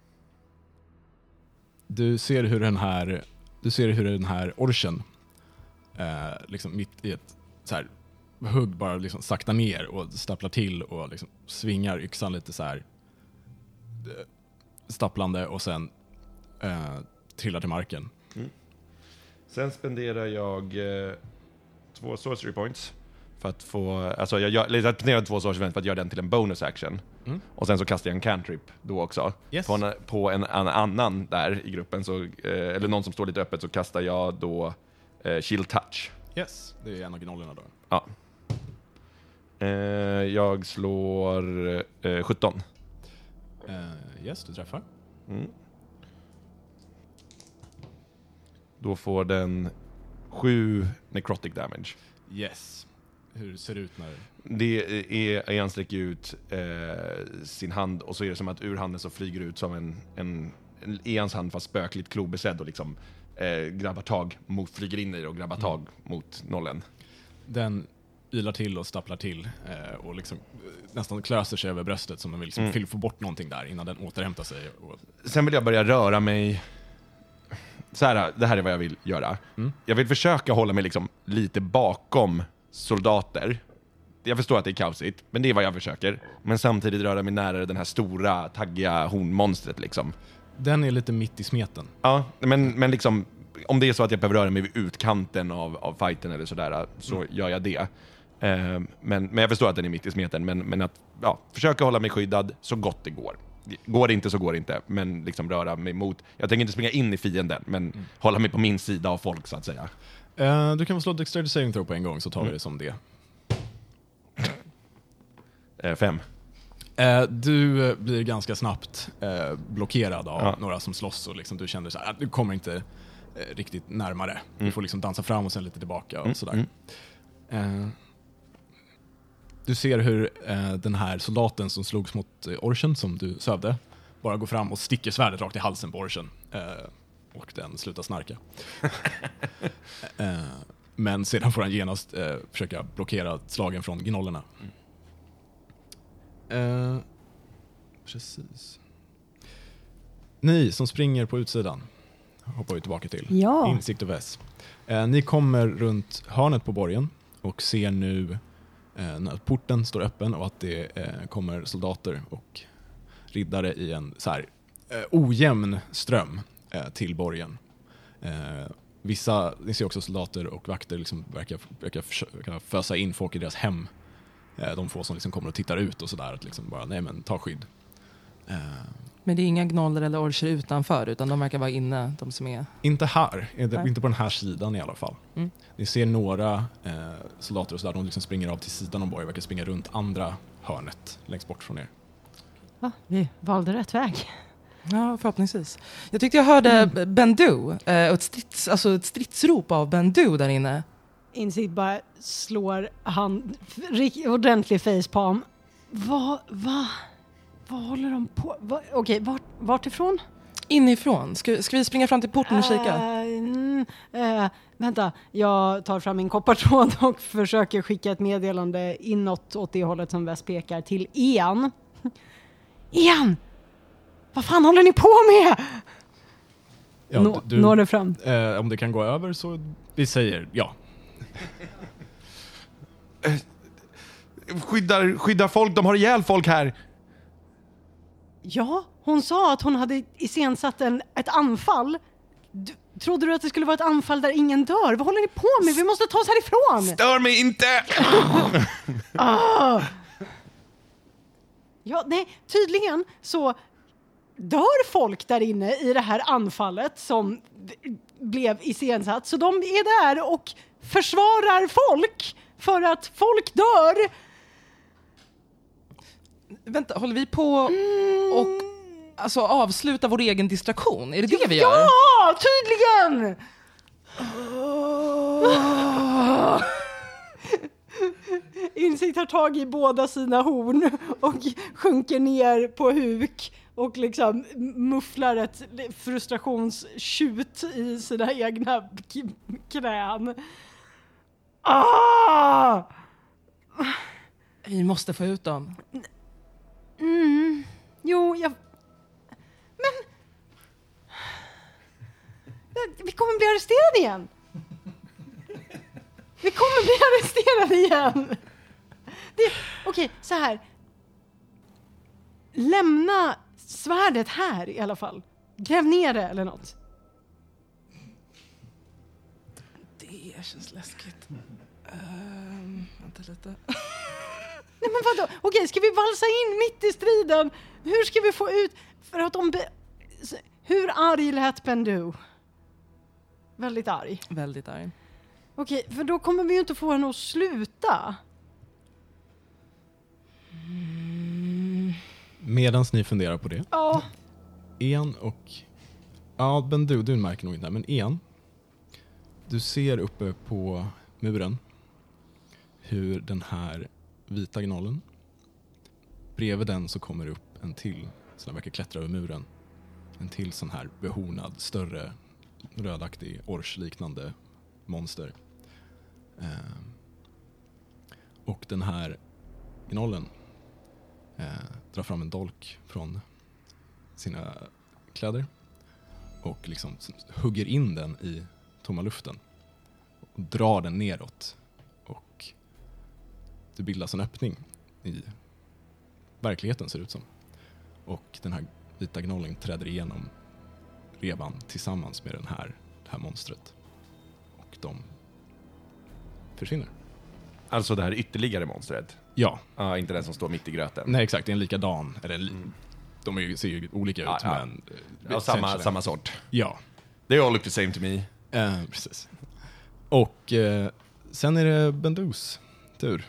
Du ser hur den här du ser hur den här orchen eh, liksom mitt i ett så här hugg bara liksom sakta ner och stapplar till och liksom svingar yxan lite så här eh, stapplande, och sen eh, trillar till marken. Mm. Sen spenderar jag eh, två sorcery points för att få, alltså jag, gör, jag spenderar två sorcery points för att göra den till en bonus action. Mm. Och sen så kastar jag en cantrip då också. Yes. På, en, på en, en annan där i gruppen, så, eh, eller någon som står lite öppet, så kastar jag då eh, shield touch. Yes, det är en av gnollerna då. Ja. Eh, jag slår eh, sjutton. Uh, yes, du träffar. Mm. Då får den sju necrotic damage. Yes. Hur ser det ut när... Det är, han sträcker ut eh, sin hand, och så är det som att ur handen så flyger ut som en, en, en i hans hand fast spökligt klobesedd, och liksom eh, grabbar tag mot, flyger in i det och grabbar tag mm. mot nollen. Den ylar till och stapplar till eh, och liksom eh, nästan klöser sig över bröstet, som de vill liksom mm. få bort någonting där innan den återhämtar sig. Och... Sen vill jag börja röra mig så här, det här är vad jag vill göra. Mm. Jag vill försöka hålla mig liksom lite bakom soldater. Jag förstår att det är kaosigt, men det är vad jag försöker. Men samtidigt röra mig nära den här stora, taggiga hornmonstret liksom. Den är lite mitt i smeten. Ja, men, men liksom, om det är så att jag behöver röra mig vid utkanten av, av fighten eller sådär, så mm. gör jag det. Eh, men, men jag förstår att den är mitt i smeten, men, men att ja, försöka hålla mig skyddad så gott det går. Går det inte så går det inte, men liksom röra mig mot. Jag tänker inte springa in i fienden, men mm. hålla mig på min sida av folk så att säga. Uh, du kan väl slå Dexterity Saving Throw på en gång, så tar mm. vi det som det. Uh, fem. Uh, du blir ganska snabbt uh, blockerad av ja. några som slåss och liksom, du känner så här, att du kommer inte uh, riktigt närmare. Mm. Du får liksom dansa fram och sen lite tillbaka och mm. sådär. Mm. Uh, Du ser hur eh, den här soldaten som slogs mot eh, orchen som du sövde bara går fram och sticker svärdet rakt i halsen på orchen. Eh, och den slutar snarka. eh, men sedan får han genast eh, försöka blockera slagen från gnollerna. Eh, precis. Ni som springer på utsidan hoppar vi tillbaka till. Ja. Insikt och väs. Eh, ni kommer runt hörnet på borgen och ser nu Eh, när porten står öppen och att det eh, kommer soldater och riddare i en så här, eh, ojämn ström eh, till borgen. Eh, vissa, ni ser också soldater och vakter liksom verkar, verkar försöka fösa in folk i deras hem. Eh, de få som liksom kommer och tittar ut och sådär, att liksom bara, nej men ta skydd. Eh, Men det är inga gnoller eller orcher utanför, utan de verkar vara inne, de som är... Inte här, inte på den här sidan i alla fall. Mm. Ni ser några eh, soldater och sådär, de liksom springer av till sidan om borgen, verkar springa runt andra hörnet längst bort från er. Va? Vi valde rätt väg. Ja, förhoppningsvis. Jag tyckte jag hörde mm. Bendu, eh, ett, strids, alltså ett stridsrop av Bendu där inne. Insikt bara slår han ordentlig facepalm. Va? Va? Vad håller de på? Va? Okej, vart, vart ifrån? Inifrån. Ska, ska vi springa fram till porten och kika? Uh, mm, uh, vänta, jag tar fram min koppartråd och försöker skicka ett meddelande inåt åt det hållet som Väst pekar till Ian. Ian! Vad fan håller ni på med? Ja, Nå, du, når det fram? Eh, om det kan gå över så vi säger ja. Skyddar, skyddar folk, de har ihjäl folk här. Ja, hon sa att hon hade iscensatt en, ett anfall. Du, trodde du att det skulle vara ett anfall där ingen dör? Vad håller ni på med? Vi måste ta oss härifrån! Stör mig inte! ah. Ja, nej, tydligen så dör folk där inne i det här anfallet som blev iscensatt. Så de är där och försvarar folk för att folk dör. Vänta, håller vi på och alltså avsluta vår egen distraktion? Är det det ja, vi gör? Ja, tydligen! Oh. Insikt har tag i båda sina horn och sjunker ner på huk och liksom mufflar ett frustrationstjut i sina egna k- knän. Ah! Vi måste få ut dem. Mm. Jo, jag... Men... Vi kommer bli arresterade igen. Vi kommer bli arresterade igen. Det... Okej, så här. Lämna svärdet här i alla fall. Gräv ner det eller något. Det känns läskigt. Um, vänta lite. Nej men vadå? Okej, ska vi valsa in mitt i striden? Hur ska vi få ut... För att de... Be... Hur arg lät Bendu? Väldigt arg. Väldigt arg. Okej, för då kommer vi ju inte få henne att sluta. Mm. Medan ni funderar på det. Ja. En och... Ja, Bendu, du märker nog inte, men en. Du ser uppe på muren hur den här vita gnollen, bredvid den så kommer det upp en till som den verkar klättra över muren. En till sån här behornad, större, rödaktig, orsliknande monster. Eh, och den här gnollen eh, drar fram en dolk från sina kläder och liksom hugger in den i tomma luften och drar den neråt, och det bildas en öppning i verkligheten, ser det ut som, och den här vita gnolling träder igenom revan tillsammans med den här, det här monstret, och de försvinner. Alltså det här ytterligare monstret? Ja. Ja, inte den som står mitt i gröten. Nej, exakt, det är en likadan, eller mm. de är ju, ser ju olika ut, ja, ja. men ja, samma, samma sort. Ja. They all look the same to me. Eh, precis. Och eh, sen är det Bendus tur.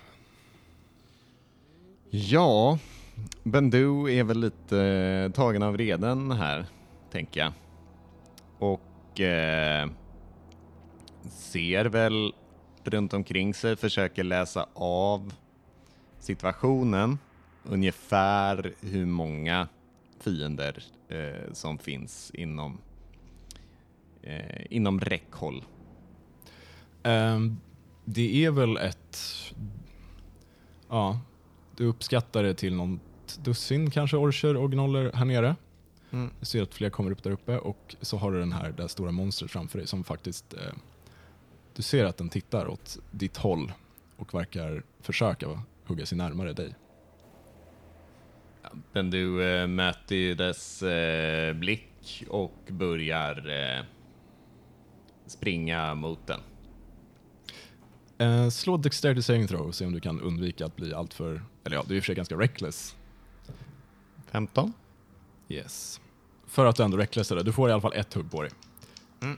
Ja, Bendu är väl lite eh, tagen av reden här, tänker jag. Och eh, ser väl runt omkring sig, försöker läsa av situationen, ungefär hur många fiender eh, som finns inom eh, inom räckhåll. Um, det är väl ett, ja, du uppskattar det till något dussin kanske orcher och gnoller här nere. Mm. Du ser att fler kommer upp där uppe, och så har du den här, det stora monstret framför dig som faktiskt, eh, du ser att den tittar åt ditt håll och verkar försöka hugga sig närmare dig. Ja, men du eh, möter ju dess eh, blick och börjar eh, springa mot den. Eh, slå dexterity saving throw och se om du kan undvika att bli allt för, eller ja, du är i och för sig ganska reckless. femton. Yes. För att du ändå recklessade, du får i alla fall ett hugg på dig. Mm.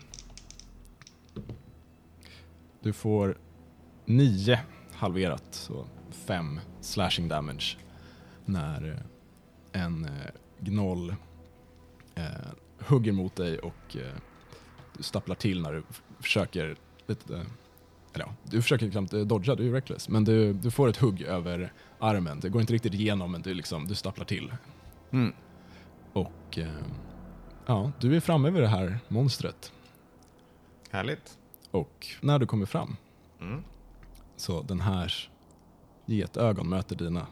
Du får nio halverat, så fem slashing damage när en eh, gnoll eh, hugger mot dig, och eh, du stapplar till när du f- försöker lite, eh, eller ja, du försöker knappt dodga, du är reckless, men du, du får ett hugg över armen. Det går inte riktigt igenom, men du, liksom, du stapplar till. Mm. Och eh, ja, du är framme vid det här monstret. Härligt. Och när du kommer fram, Mm. så den här getögon möter dina.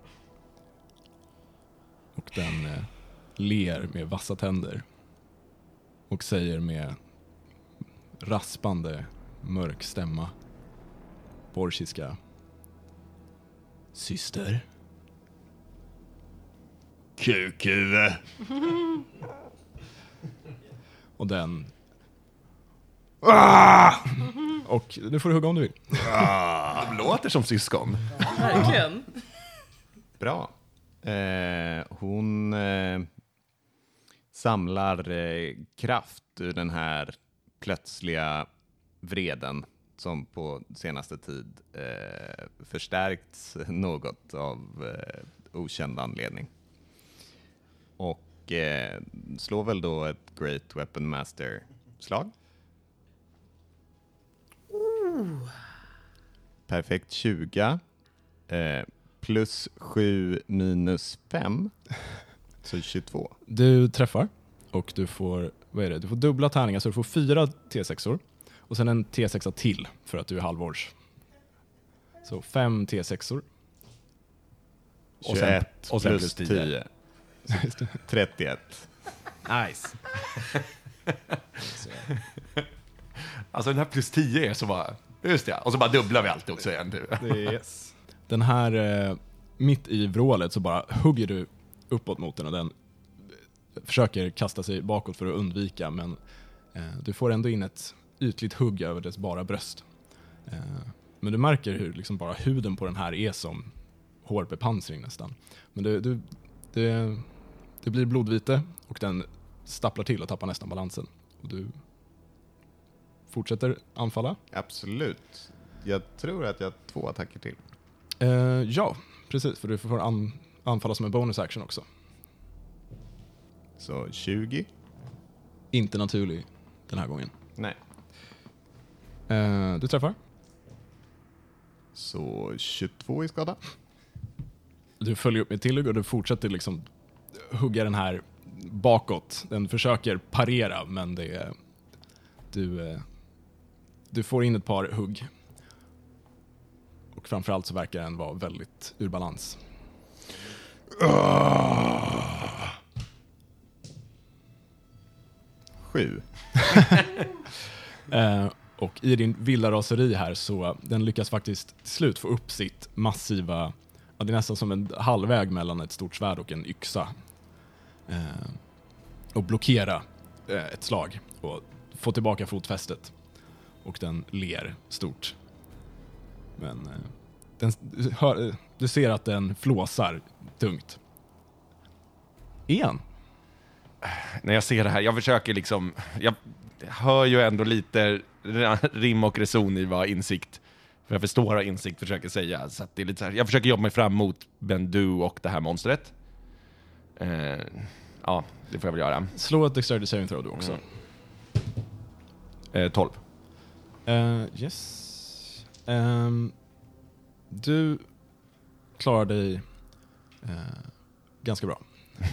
Och den eh, ler med vassa tänder och säger med raspande mörk stämma på orchiska: syster. Kukhuvud. Och den ah! Och du får hugga om du vill. De låter som syskon. Verkligen. Bra. Eh, hon eh, samlar eh, kraft ur den här plötsliga vreden som på senaste tid eh, förstärkts något av eh, okänd anledning. Och eh, slår väl då ett Great Weapon Master-slag. Oh. Perfekt tjugo. Eh, plus sju minus fem. Så tjugotvå. Du träffar, och du får, vad är det? Du får dubbla tärningar, så du får fyra T sexor och sen en T sexa till för att du är halvårs. Så fem T sexor. Och sen, och sen plus plus tio. trettioett. Nice. Alltså den här plus tio är så bara, just det, och så bara dubblar vi allt också igen. Yes. Den här, eh, mitt i vrålet så bara hugger du uppåt mot den, och den försöker kasta sig bakåt för att undvika, men eh, du får ändå in ett ytligt hugg över dess bara bröst. Eh, men du märker hur liksom bara huden på den här är som hårbepansring nästan. Men du, du, det, det blir blodvite, och den stapplar till och tappar nästan balansen. Och du fortsätter anfalla. Absolut. Jag tror att jag har två attacker till. Eh, ja, precis, för du får an, anfalla som en bonus action också. Så tjugo. Inte naturlig den här gången. Nej. Eh, du träffar. Så tjugotvå i skada. Du följer upp med tillhugg, och du fortsätter liksom hugga den här bakåt. Den försöker parera, men det är, du, eh, du får in ett par hugg. Och framförallt så verkar den vara väldigt ur balans. Sju. Eh, och i din vilda raseri här så den lyckas faktiskt till slut få upp sitt massiva, ja, det är nästan som en halvväg mellan ett stort svärd och en yxa. Eh, och blockera eh, ett slag och få tillbaka fotfästet. Och den ler stort. Men eh, den, du, hör, du ser att den flåsar tungt. Igen. När jag ser det här, jag försöker liksom, jag hör ju ändå lite rim och reson i vad insikt, för jag förstår vad insikt försöker säga, så att det är lite så här, jag försöker jobba mig fram mot Bendu och det här monstret. Eh, ja, det får jag väl göra. Slå ett dexterity saving throw du också. Mm. Eh, tolv. Uh, yes. Um, du klarar dig uh, ganska bra.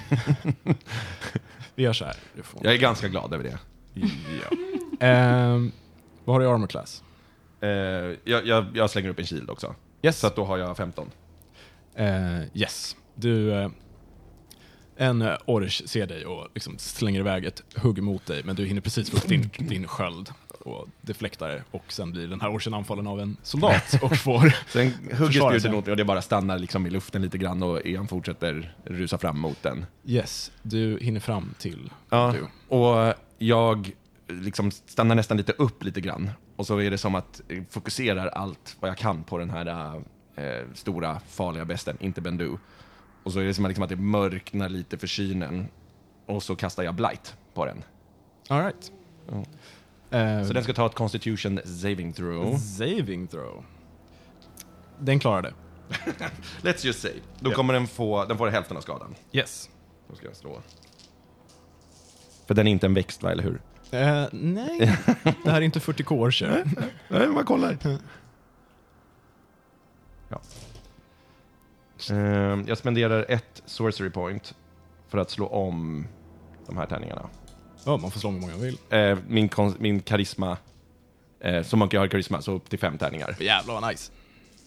Vi gör så här. Du får... Jag är ganska glad över det. Ja. um, vad har du i armor class? Eh, jag, jag, jag slänger upp en shield också. Yes. Så att då har jag femton. Uh, yes. Du... Uh, en uh, orch ser dig och liksom slänger iväg ett hugg mot dig, men du hinner precis få upp din, din sköld och deflektar, och sen blir den här orchen anfallen av en soldat och får Sen hugger försvara sig. spjutet mot mig och det bara stannar liksom i luften lite grann och Ian fortsätter rusa fram mot den. Yes, du hinner fram till Ja, du. och jag liksom stannar nästan lite upp lite grann. Och så är det som att jag fokuserar allt vad jag kan på den här äh, stora, farliga besten, inte Bendu. Och så är det som att, liksom, att det mörknar lite för synen. Och så kastar jag blight på den. All right. Mm. Uh, Så den ska ta ett constitution saving throw. Saving throw. Den klarar det. Let's just say. Då Ja. kommer den få, den får hälften av skadan. Yes. Då ska jag slå. För den är inte en växt, va, eller hur? Uh, nej, det här är inte fyrtio K-orcher. Nej, man kollar. Ja. Ehm, jag spenderar ett sorcery point för att slå om de här tärningarna. Ja, man får slå hur många man vill. Ehm, min, kon- min karisma, eh, så mycket jag har karisma, så upp till fem tärningar. Jävlar vad nice.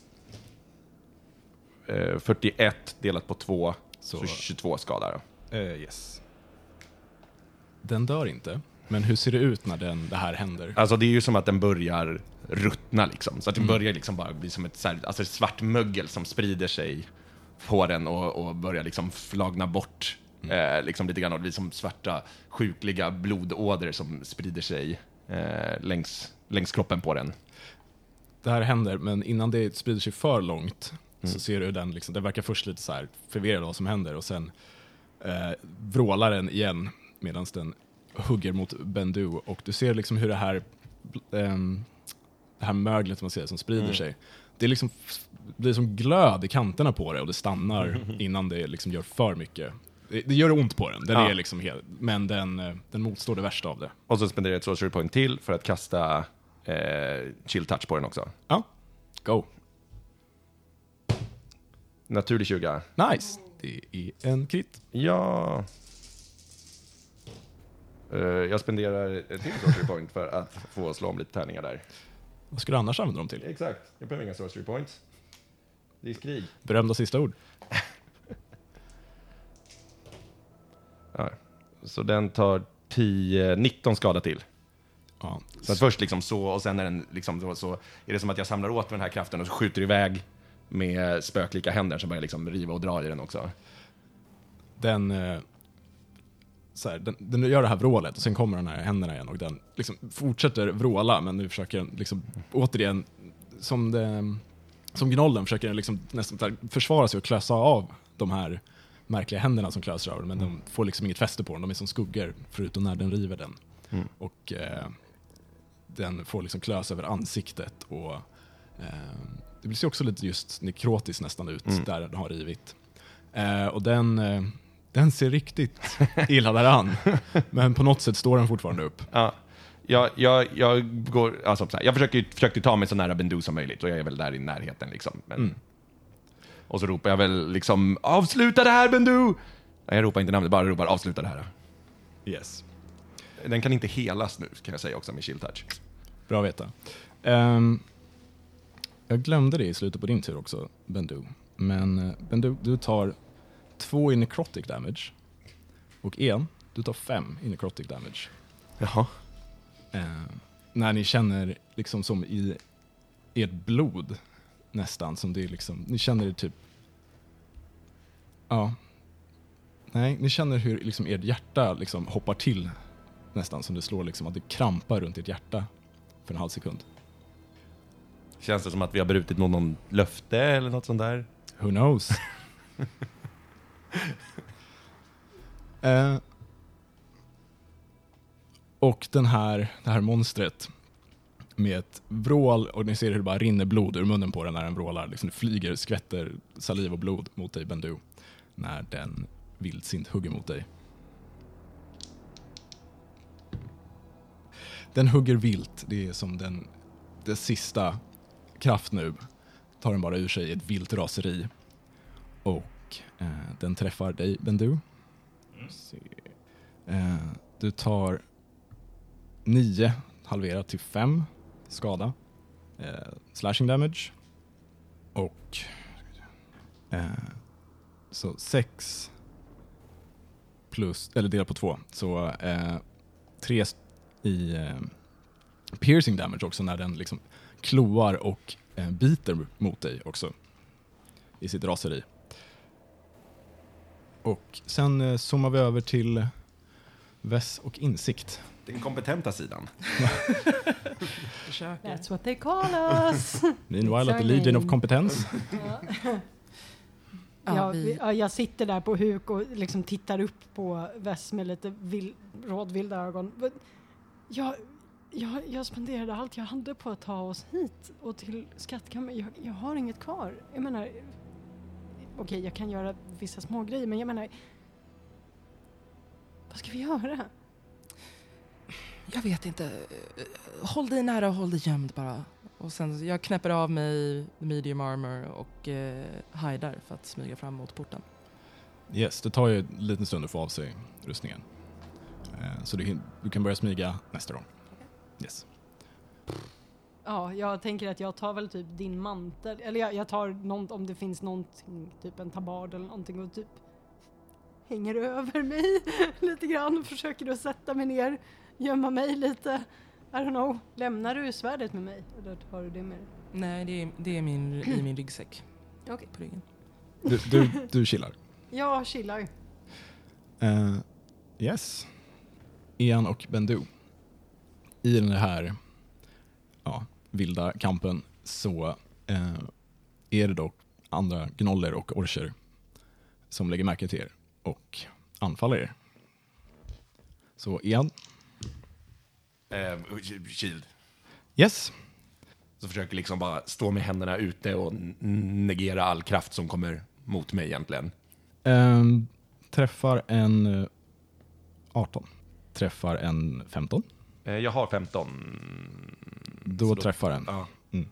Ehm, fyrtioett delat på två, så, Så- tjugotvå skadar. Uh, yes. Den dör inte. Men hur ser det ut när den, det här händer? Alltså det är ju som att den börjar ruttna liksom. Så att det börjar liksom bara bli som ett, så här, alltså ett svart mögel som sprider sig på den och, och börjar liksom flagna bort eh, liksom lite grann. Och det blir som svarta, sjukliga blodådror som sprider sig eh, längs, längs kroppen på den. Det här händer, men innan det sprider sig för långt Mm. så ser du den liksom, den verkar först lite så här förvirrad vad som händer, och sen eh, vrålar den igen medan den hugger mot Bendu, och du ser liksom hur det här ehm, det här möglet man ser som sprider Mm. sig, det är liksom det blir som glöd i kanterna på det, och det stannar innan det liksom gör för mycket. Det, det gör ont på den, den Ja. är liksom helt, men den, eh, den motstår det värsta av det. Och så spenderar jag ett sorcery point till för att kasta eh, chill touch på den också. Ja, go. Naturlig tjugo. Nice. Det är en krit. Ja. Eh, jag spenderar ett till sorcery point för att få slå om lite tärningar där. Vad skulle du annars använda dem till? Exakt, jag behöver inga sorcery points. Det är krig. Berömda sista ord. Ja. Så den tar tio, nitton skada till. Ja. Så att först liksom så, och sen är den liksom så, så är det som att jag samlar åt med den här kraften och så skjuter iväg med spöklika händer som börjar liksom riva och dra i den också. Den, eh, så här, den, den gör det här vrålet, och sen kommer den här händerna igen, och den liksom fortsätter vråla, men nu försöker den liksom, återigen, som, det, som gnollen försöker den liksom nästan där försvara sig och klösa av de här märkliga händerna som klöser av den, men de får liksom inget fäste på den, de är som skuggor förutom när den river den. Mm. Och eh, den får liksom klös över ansiktet, och eh, det blir också lite just nekrotiskt nästan ut Mm. där den har rivit. Eh, och den, eh, den ser riktigt illa däran, men på något sätt står den fortfarande upp. Ja. Jag, jag, jag, går, alltså, så här, jag försöker, försöker ta mig så nära Bendu som möjligt, och jag är väl där i närheten. Liksom. Men, Mm. Och så ropar jag väl liksom, avsluta det här Bendu! Nej, jag ropar inte namnet, bara ropar avsluta det här. Yes. Den kan inte helas nu, kan jag säga också med chill touch. Bra att veta. Ehm, jag glömde det i slutet på din tur också, Bendu. Men eh, Bendu, du tar två i necrotic damage. Och en, du tar fem i necrotic damage. Jaha. Eh, när ni känner liksom som i ert blod nästan, som det är liksom, ni känner det typ, ja, nej, ni känner hur liksom ert hjärta liksom hoppar till nästan, som det slår liksom, att det krampar runt ert hjärta för en halv sekund. Känns det som att vi har brutit någon, någon löfte eller något sånt där? Who knows? eh, och den här, det här monstret med ett vrål, och ni ser hur det bara rinner blod ur munnen på den när den vrålar. Liksom det flyger, skvätter saliv och blod mot dig, Bendu, när den vildsint hugger mot dig. Den hugger vilt. Det är som den, det sista kraft nu. Tar den bara ur sig ett vilt raseri. Och eh, den träffar dig, Bendu. Eh, du tar nio halverat till fem skada. Eh, slashing damage. Och eh, så sex plus, eller delat på två. Så eh, tre i eh, piercing damage också, när den liksom kloar och eh, biter mot dig också i sitt raseri. Och sen eh, zoomar vi över till väss och insikt. Den kompetenta sidan. That's what they call us. Meanwhile at the Legion of Competence. Ja, vi, ja, jag sitter där på huk och liksom tittar upp på Väss med lite vil, rådvilda ögon. Jag, jag, jag spenderade allt jag hade på att ta oss hit och till skattkammaren. Jag, jag har inget kvar. Jag menar, okej, okay, jag kan göra vissa små grejer, men jag menar, vad ska vi göra? Jag vet inte. Håll dig nära och håll dig gömd bara. Och sen jag knäpper av mig medium armor och eh, hidar för att smyga fram mot porten. Yes, det tar ju en liten stund att få av sig rustningen. Eh, så du, du kan börja smyga nästa gång. Yes. Ja, jag tänker att jag tar väl typ din mantel. Eller jag, jag tar något, om det finns någonting, typ en tabard eller någonting, och typ hänger över mig lite grann och försöker att sätta mig ner, gömma mig lite. I don't know. Lämnar du svärdet med mig? Eller har du det med dig? Nej, det är, det är min, i min ryggsäck. Okej. Okay. På ryggen. Du, du, du chillar. Jag chillar. Uh, yes. Ian och Bendu. I den här ja, vilda kampen så uh, är det dock andra gnoller och orcher som lägger märke till er och anfaller er. Så Ian. Eh, shield. Yes. Så försöker liksom bara stå med händerna ute och negera all kraft som kommer mot mig egentligen. Um, träffar en uh, arton. Träffar en femton. Eh, jag har femton. Då, då träffar en. Ja. Mm.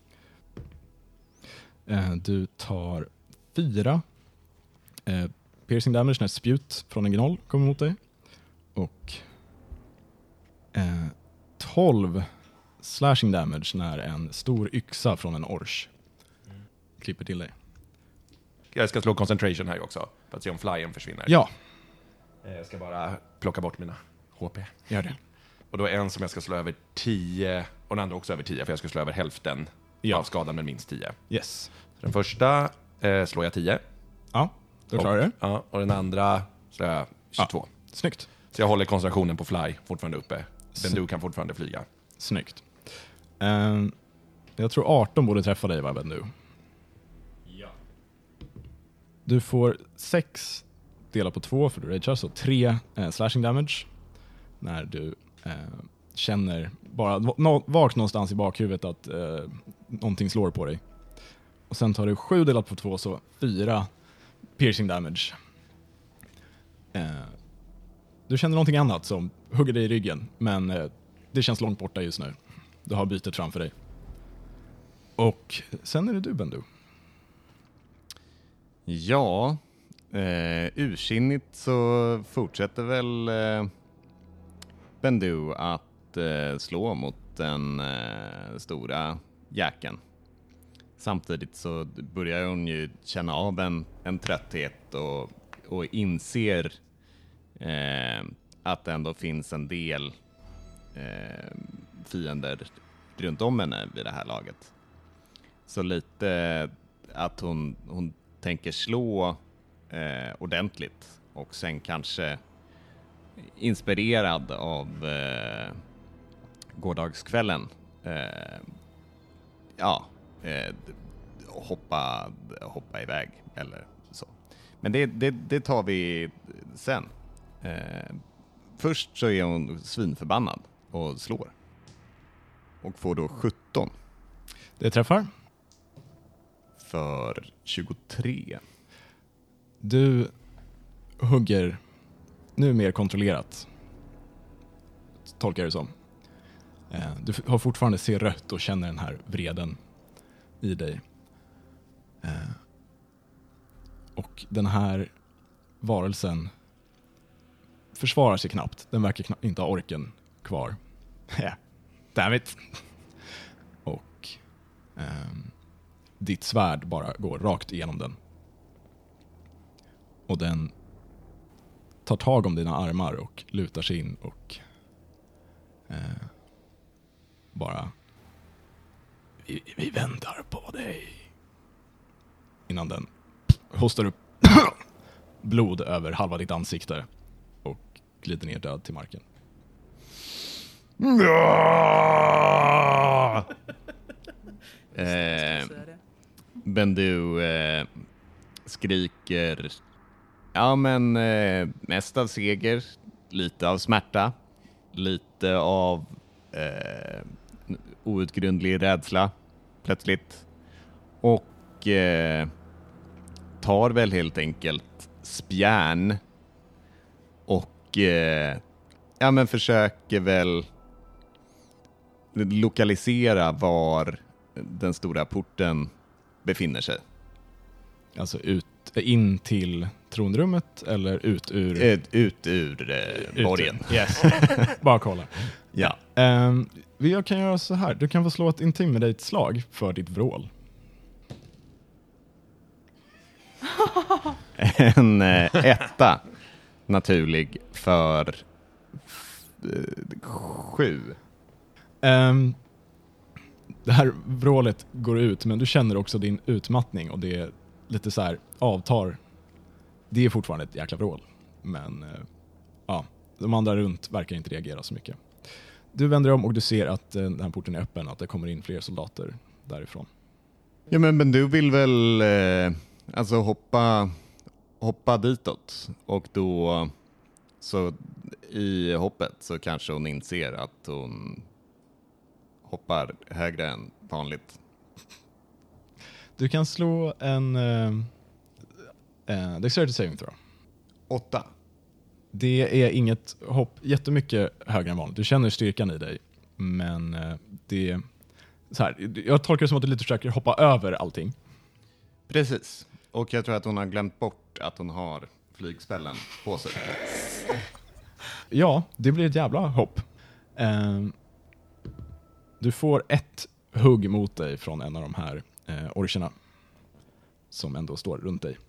Uh, du tar fyra uh, piercing damage när ett spjut från en gnoll kommer mot dig. Och uh, tolv slashing damage när en stor yxa från en ors mm. klipper till dig. Jag ska slå concentration här också, för att se om flyen försvinner. Ja. Jag ska bara plocka bort mina H P. Gör det. Och då är en som jag ska slå över tio, och den andra också över tio, för jag ska slå över hälften ja. av skadan med minst tio. Yes. Den första eh, slår jag tio. Ja, då klarar du det. Ja, och den andra slår jag tjugotvå. Ja. Snyggt. Så jag håller koncentrationen på fly fortfarande uppe. Bendu kan fortfarande flyga. Snyggt. Um, jag tror arton borde träffa dig, va, Bendu? Ja. Du får sex delat på två för du ragear, så tre eh, slashing damage när du eh, känner bara no, vart någonstans i bakhuvudet att eh, någonting slår på dig. Och sen tar du sju delat på två, så fyra piercing damage. Eh, du känner någonting annat som hugger dig i ryggen, men eh, det känns långt borta just nu. Du har bytet framför dig. Och sen är det du, Bendu. Ja, eh, ursinnigt så fortsätter väl eh, Bendu att eh, slå mot den eh, stora jäkeln. Samtidigt så börjar hon ju känna av en, en trötthet och, och inser eh, att det ändå finns en del eh, fiender runt om henne vid det här laget. Så lite att hon, hon tänker slå eh, ordentligt och sen kanske inspirerad av eh, gårdagskvällen eh, ja eh, hoppa, hoppa iväg eller så. Men det, det, det tar vi sen. Eh, först så är hon svinförbannad och slår. Och får då sjutton. Det träffar. För tjugotre. Du hugger nu mer kontrollerat. Tolkar det som. Eh, du har fortfarande ser rött och känner den här vreden i dig. Eh, och den här varelsen försvarar sig knappt. Den verkar knappt inte ha orken kvar. Ja, damn it. Och ehm, ditt svärd bara går rakt igenom den. Och den tar tag om dina armar och lutar sig in och eh, bara vi, vi väntar på dig. Innan den hostar upp blod över halva ditt ansikte och glider ner död till marken. eh, Bendu eh, skriker ja men eh, mest av seger, lite av smärta, lite av eh, outgrundlig rädsla plötsligt och eh, tar väl helt enkelt spjärn och eh, ja men försöker väl lokalisera var den stora porten befinner sig. Alltså ut, in till tronrummet eller ut ur... Ut, ut ur eh, borgen. Ut, yes. Bara kolla. Ja. Um, jag kan göra så här. Du kan få slå ett intimidate-slag för ditt vrål. En eh, etta naturlig för f- eh, sju. Um, det här vrålet går ut, men du känner också din utmattning och det är lite så här avtar. Det är fortfarande ett jäkla vrål, men uh, ja, de andra runt verkar inte reagera så mycket. Du vänder om och du ser att uh, den här porten är öppen, att det kommer in fler soldater därifrån. Ja men, men du vill väl eh, alltså hoppa hoppa ditåt och då så i hoppet så kanske hon inser att hon hoppar högre än vanligt. Du kan slå en uh, uh, Dexterity saving throw. Åtta. Det är inget hopp jättemycket högre än vanligt. Du känner styrkan i dig, men uh, det är så här, jag tolkar det som att du lite försöker hoppa över allting. Precis. Och jag tror att hon har glömt bort att hon har flygspällen på sig. Ja, det blir ett jävla hopp. Uh, du får ett hugg mot dig från en av de här uh, orcherna som ändå står runt dig.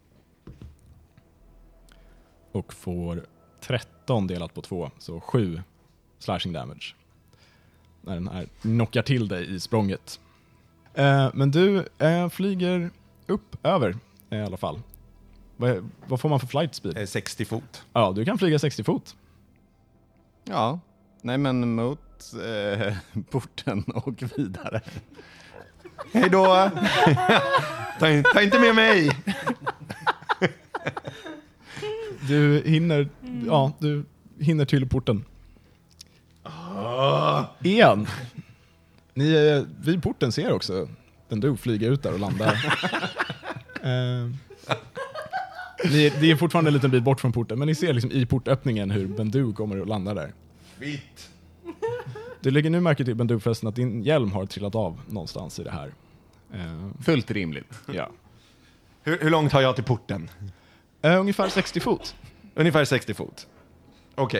Och får tretton delat på två, så sju slashing damage. När den här knockar till dig i språnget. Uh, men du uh, flyger upp över uh, i alla fall. Vad, vad får man för flight speed? Eh, sextio fot. Ja, du kan flyga sextio fot. Ja, nej men mot eh, porten och vidare. Hej då! ta, in, ta inte med mig! Du hinner, ja, du hinner till porten. Oh. Igen. Ni är vid porten ser också den du flyger ut där och landar. uh, ni, det är fortfarande en liten bit bort från porten, men ni ser liksom i portöppningen hur Bendu kommer och landar där. Vitt. Du lägger nu märke till, Bendu, förresten, att din hjälm har trillat av någonstans i det här. Uh, Fullt rimligt. ja. Hur, hur långt har jag till porten? Uh, ungefär sextio fot. Ungefär sextio fot. Okej.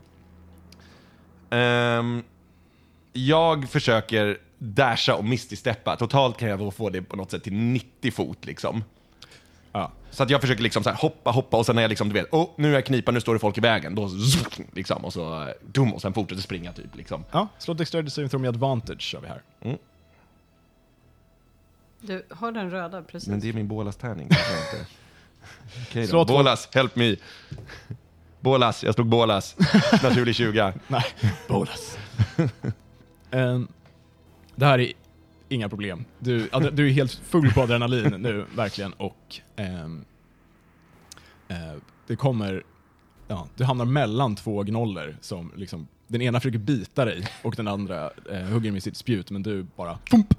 Okay. Um, jag försöker dasha och misty-steppa. Totalt kan jag få det på något sätt till nittio fot liksom. Ja. Så att jag försöker liksom så här hoppa, hoppa och sen när jag liksom, du vet, oh, nu är jag knipa, nu står det folk i vägen. Då liksom, och så dum, och sen fortsätter springa typ liksom. Ja, slå Dexterity saving throw med advantage kör vi här. Mm. Du har den röda, precis. Men det är min Bolas-tärning. Okej okay Slå då. två. Bolas, help me. Bolas, jag slog Bolas. Naturlig tjugo. Nej, Bolas. um, det här är inga problem. Du, adre- du är helt full på adrenalin nu, verkligen. Och um, uh, det kommer... Ja, du hamnar mellan två gnoller som liksom... Den ena försöker bita dig och den andra uh, hugger med sitt spjut, men du bara... Fump!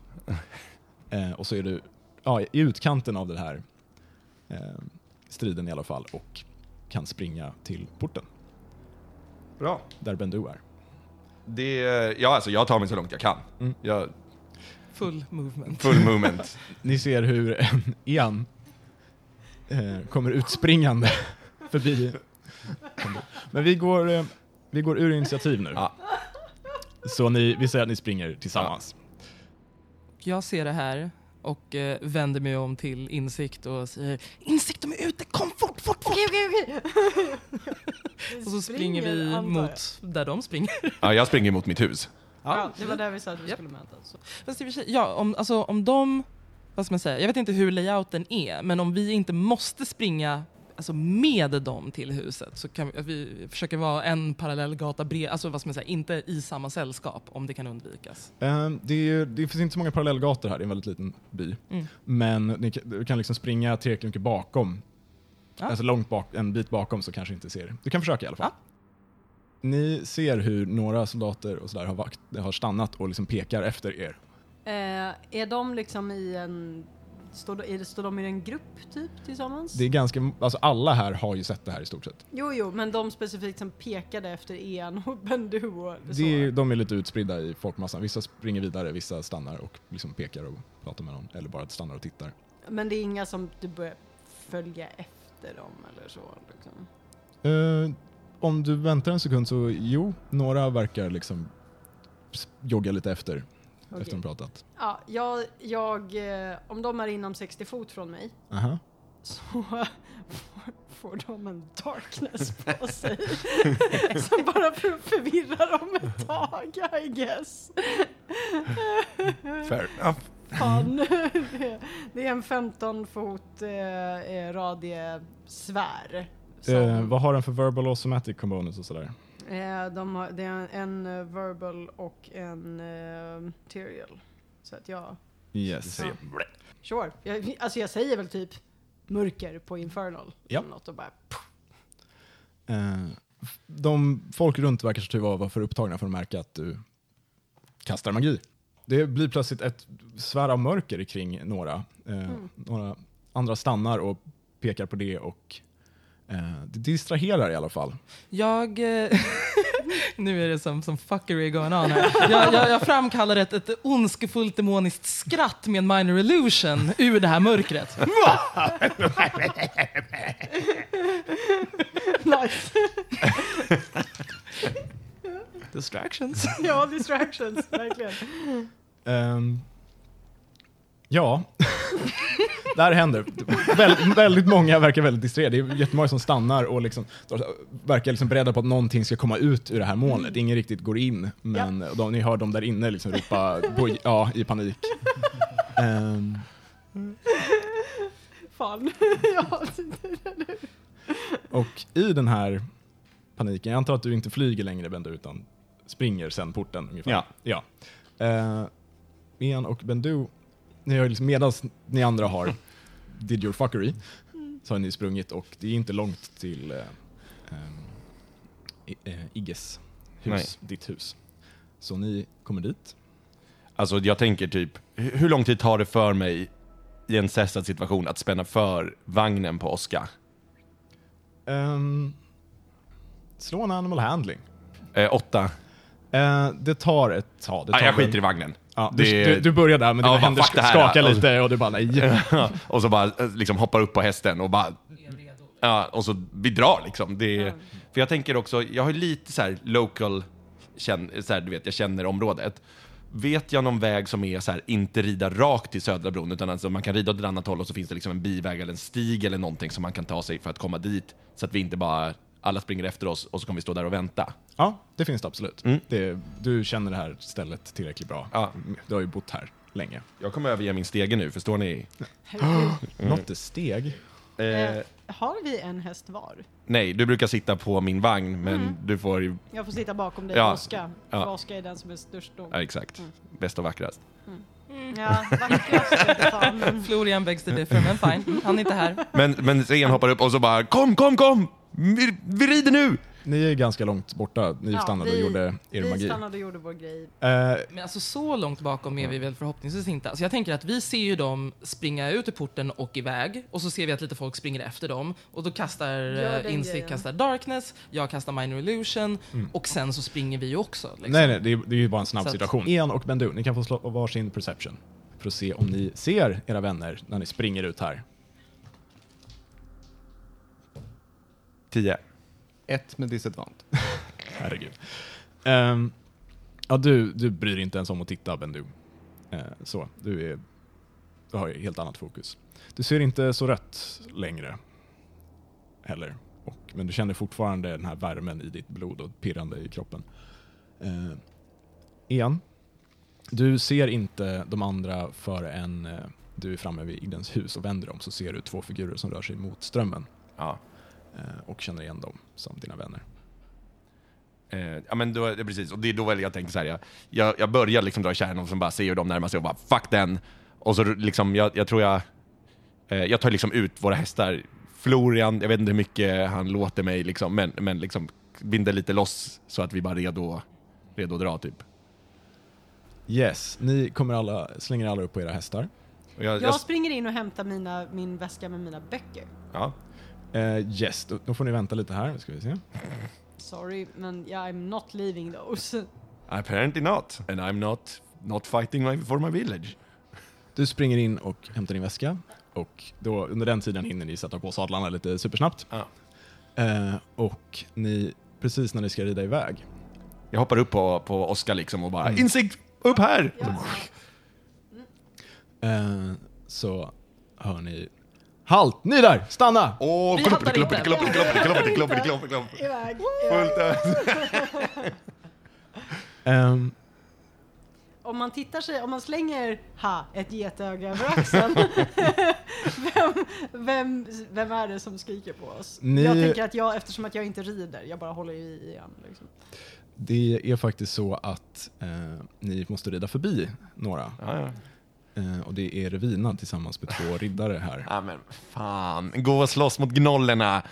Uh, och så är du ja, i utkanten av den här uh, striden i alla fall och kan springa till porten. Bra. Där Bendu är. Det, ja, alltså jag tar mig så långt jag kan. Mm. Jag, Full movement. full movement. Ni ser hur en Ian eh, kommer utspringande förbi. Men vi går, eh, vi går ur initiativ nu. Ja. Så ni, vi säger att ni springer tillsammans. Jag ser det här och eh, vänder mig om till Insikt och säger Insikt, de är ute, kom fort, fort, fort! Okej, okej, okej. Och så springer vi mot där de springer. Ja, jag springer mot mitt hus. Ja, det var där vi sa att vi Japp. skulle mötas. Fast i och för sig, ja, om, alltså, om de, vad ska man säga, jag vet inte hur layouten är, men om vi inte måste springa alltså, med dem till huset så kan vi, att vi försöker vara en parallell gata bred, alltså vad ska man säga, inte i samma sällskap om det kan undvikas. Eh, det, är, det finns inte så många parallellgator här, det är en väldigt liten by. Mm. Men ni, kan- du kan liksom springa tillräckligt mycket bakom. Ja. Alltså långt bak, en bit bakom så kanske inte ser. Du kan försöka i alla fall. Ja. Ni ser hur några soldater och sådär har, vakt, har stannat och liksom pekar efter er. Eh, är de liksom i en... Står de, är det, står de i en grupp typ tillsammans? Det är ganska, alltså alla här har ju sett det här i stort sett. Jo, jo, men de specifikt som pekade efter Ian och Bendu och så. Det är, de är lite utspridda i folkmassan. Vissa springer vidare, vissa stannar och liksom pekar och pratar med någon. Eller bara stannar och tittar. Men det är inga som du börjar följa efter dem eller så liksom. Uh, om du väntar en sekund så jo, några verkar liksom s- jogga lite efter. Okej. Efter de pratat. Ja, jag, jag, eh, om de är inom sextio fot från mig Aha. så får, får de en darkness på sig som bara för, förvirrar dem ett tag, I guess. Fair enough. Fan. det, det är en femton fot eh, eh, radiesfär. Som, Eh, vad har den för verbal och somatic components och sådär? eh, de har, det är en uh, verbal och en uh, material. Så att jag... Yes. Ja. Sure. Jag, alltså jag säger väl typ mörker på Infernal. Ja. Eller något och bara... Eh, de folk runt verkar så vara för upptagna för att märka att du kastar magi. Det blir plötsligt ett svär av mörker kring några. Eh, Mm. Några andra stannar och pekar på det och eh, det distraherar i alla fall. Jag... Eh, nu är det som, som fuckery going on här. Jag, jag, jag framkallar ett, ett ondskefullt demoniskt skratt med en minor illusion ur det här mörkret. Nice. Distractions. Ja, distractions. Verkligen. Ehm, ja, det här händer. Väldigt, väldigt många verkar väldigt distraherade. Det är jättemånga som stannar och liksom, verkar liksom beredda på att någonting ska komma ut ur det här molnet. Ingen riktigt går in, men de, ni hör dem där inne liksom ropa boj, ja, i panik. Ehm, Fan. Ja, och i den här paniken, jag antar att du inte flyger längre, Bendu, utan springer sen porten ungefär. Ja. ja. Uh, Ian och Bendu, ni har liksom, medans ni andra har did your fuckery, så har ni sprungit och det är inte långt till uh, um, I, uh, Igges hus, Nej. ditt hus. Så ni kommer dit. Alltså jag tänker typ, hu- hur lång tid tar det för mig i en stressad situation att spänna för vagnen på Oskar? Um, slå en animal handling. Eh, åtta. Uh, det tar ett tag. Det tar Ah, jag väl- skiter i vagnen. Ja, Det- du, du, du börjar där, men Ja, dina bara, händer fuck det här. skakar Och- lite och du bara nej. Och så bara eh, liksom hoppar upp på hästen och bara... Ja, och så vi drar liksom. Det är, för jag tänker också, jag har lite så här local, känn, så här, du vet, jag känner området. vet jag någon väg som är så här, inte rida rakt till Södra bron, utan alltså man kan rida åt ett annat håll och så finns det liksom en biväg eller en stig eller någonting som man kan ta sig för att komma dit, så att vi inte bara alla springer efter oss och så kommer vi stå där och vänta. Ja, det finns det absolut. Mm. Det, du känner det här stället tillräckligt bra. Ja. Du har ju bott här länge. Jag kommer överge min stege nu, förstår ni? Herregud. Något är steg. Eh, Eh, har vi en häst var? nej, du brukar sitta på min vagn, men Mm. du får ju... Jag får sitta bakom dig Ja. och Oskar. Ja. För Oskar är den som är störst då. Ja, exakt. Mm. Bäst och vackrast. Ja, vackrast vet jag fan. Men... Florian begs to differ, men fine. Han är inte här. Men, men sen hoppar upp och så bara, kom, kom, kom! Vi, vi rider nu! Ni är ganska långt borta. Ni Ja, stannade och vi- gjorde er Vi magi. stannade och gjorde vår grej. Eh, Men alltså så långt bakom är vi väl förhoppningsvis inte. Alltså jag tänker att vi ser ju dem springa ut ur porten och iväg. Och så ser vi att lite folk springer efter dem. Och då kastar Gör uh, den Insikt grejen. kastar Darkness, jag kastar Minor Illusion. Och sen så springer vi ju också. Liksom. nej, nej, det är, det är ju bara en snabb Så att- situation. Ian och Bendu, ni kan få slå varsin perception för att se om ni ser era vänner när ni springer ut här. Tio. Ett med disadvantage. Herregud. Ehm, ja, du, du bryr dig inte ens om att titta, Bendu. Uh, så, du, är, du har ju helt annat fokus. Du ser inte så rött längre heller. Och, men du känner fortfarande den här värmen i ditt blod och pirrande i kroppen. Uh, Ian, du ser inte de andra förrän uh, du är framme vid Igdens hus och vänder om, så ser du två figurer som rör sig mot strömmen. Ja. Uh, och känner igen dem som dina vänner. Eh, ja men då, det är precis, och det är då väl jag tänker så här, jag, jag, jag börjar liksom dra i kärnan och som bara ser hur de närmar sig och bara fuck den. Och så liksom, jag, jag tror jag eh, jag tar liksom ut våra hästar. Florian, jag vet inte hur mycket han låter mig liksom, men, men liksom binder lite loss så att vi bara är redo, redo att dra typ. Yes, ni kommer alla, slänger alla upp på era hästar. Och jag, Jag jag, springer in och hämtar mina, min väska med mina böcker. ja. Uh, yes, då, då får ni vänta lite här, ska vi se. Sorry, men yeah, I'm not leaving those. Apparently not, and I'm not not fighting my, for my village. Du springer in och hämtar din väska. Och då, under den tiden hinner ni sätta på sadlarna lite supersnabbt. Ja. Uh, och ni, precis när ni ska rida iväg. Jag hoppar upp på, på Oskar liksom och bara, Mm. insikt, upp här! Ja. Uh, så hör ni, halt, ni där, stanna! Åh, Vi klopp, hattar klopp, inte. klopp, klopp, klopp, klopp, klopp, klopp, klopp. Iväg. Fullt ös. Um, Om man tittar sig, om man slänger ha, ett getöga över axeln, vem, vem, vem är det som skriker på oss? Ni- Jag tänker att jag, eftersom att jag inte rider, jag bara håller i igen. Liksom. det är faktiskt så att uh, ni måste rida förbi några. Ja, ja. Uh, och det är Revina tillsammans med två riddare här. Ja men fan, gå och slåss mot gnollerna.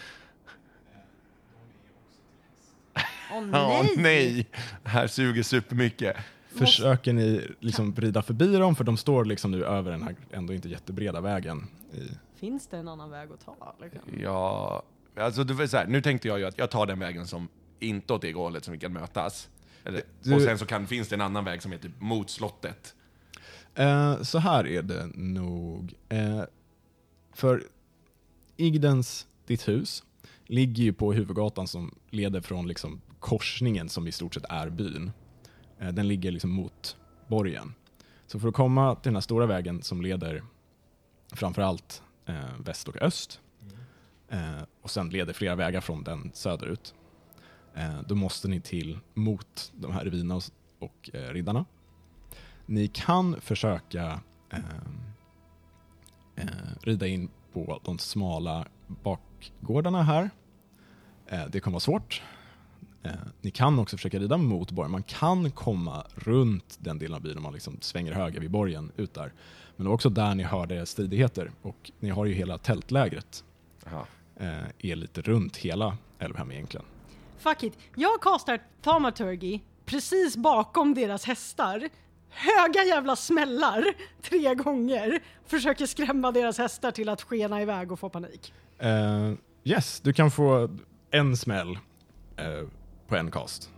Åh Ja, nej! nej. Här suger supermycket. Försöker ni liksom rida förbi dem, för de står liksom nu över den här ändå inte jättebreda vägen. I, Finns det en annan väg att ta? Liksom? Ja, alltså det var så här, nu tänkte jag ju att jag tar den vägen som inte åt det hållet som vi kan mötas. Eller, Du- och sen så kan, finns det en annan väg som heter mot slottet. Eh, så här är det nog. Eh, för Igdens, ditt hus, ligger ju på huvudgatan som leder från liksom korsningen som i stort sett är byn. Eh, den ligger liksom mot borgen. Så för att komma till den här stora vägen som leder framförallt eh, väst och öst, eh, och sen leder flera vägar från den söderut, eh, då måste ni till mot de här Revina och, och eh, riddarna. Ni kan försöka eh, eh, rida in på de smala bakgårdarna här. Eh, det kommer vara svårt. Eh, ni kan också försöka rida mot borgen. Man kan komma runt den delen av byn om man liksom svänger höger vid borgen ut där. Men det var också där ni hörde stridigheter. Och ni har ju hela tältlägret. Jaha. Eh, är lite runt hela Älvhem egentligen. Fuck it. Jag kastar Thaumaturgy precis bakom deras hästar. Höga jävla smällar tre gånger. Försöker skrämma deras hästar till att skena iväg och få panik. Eh, yes, du kan få en smäll eh, på en cast.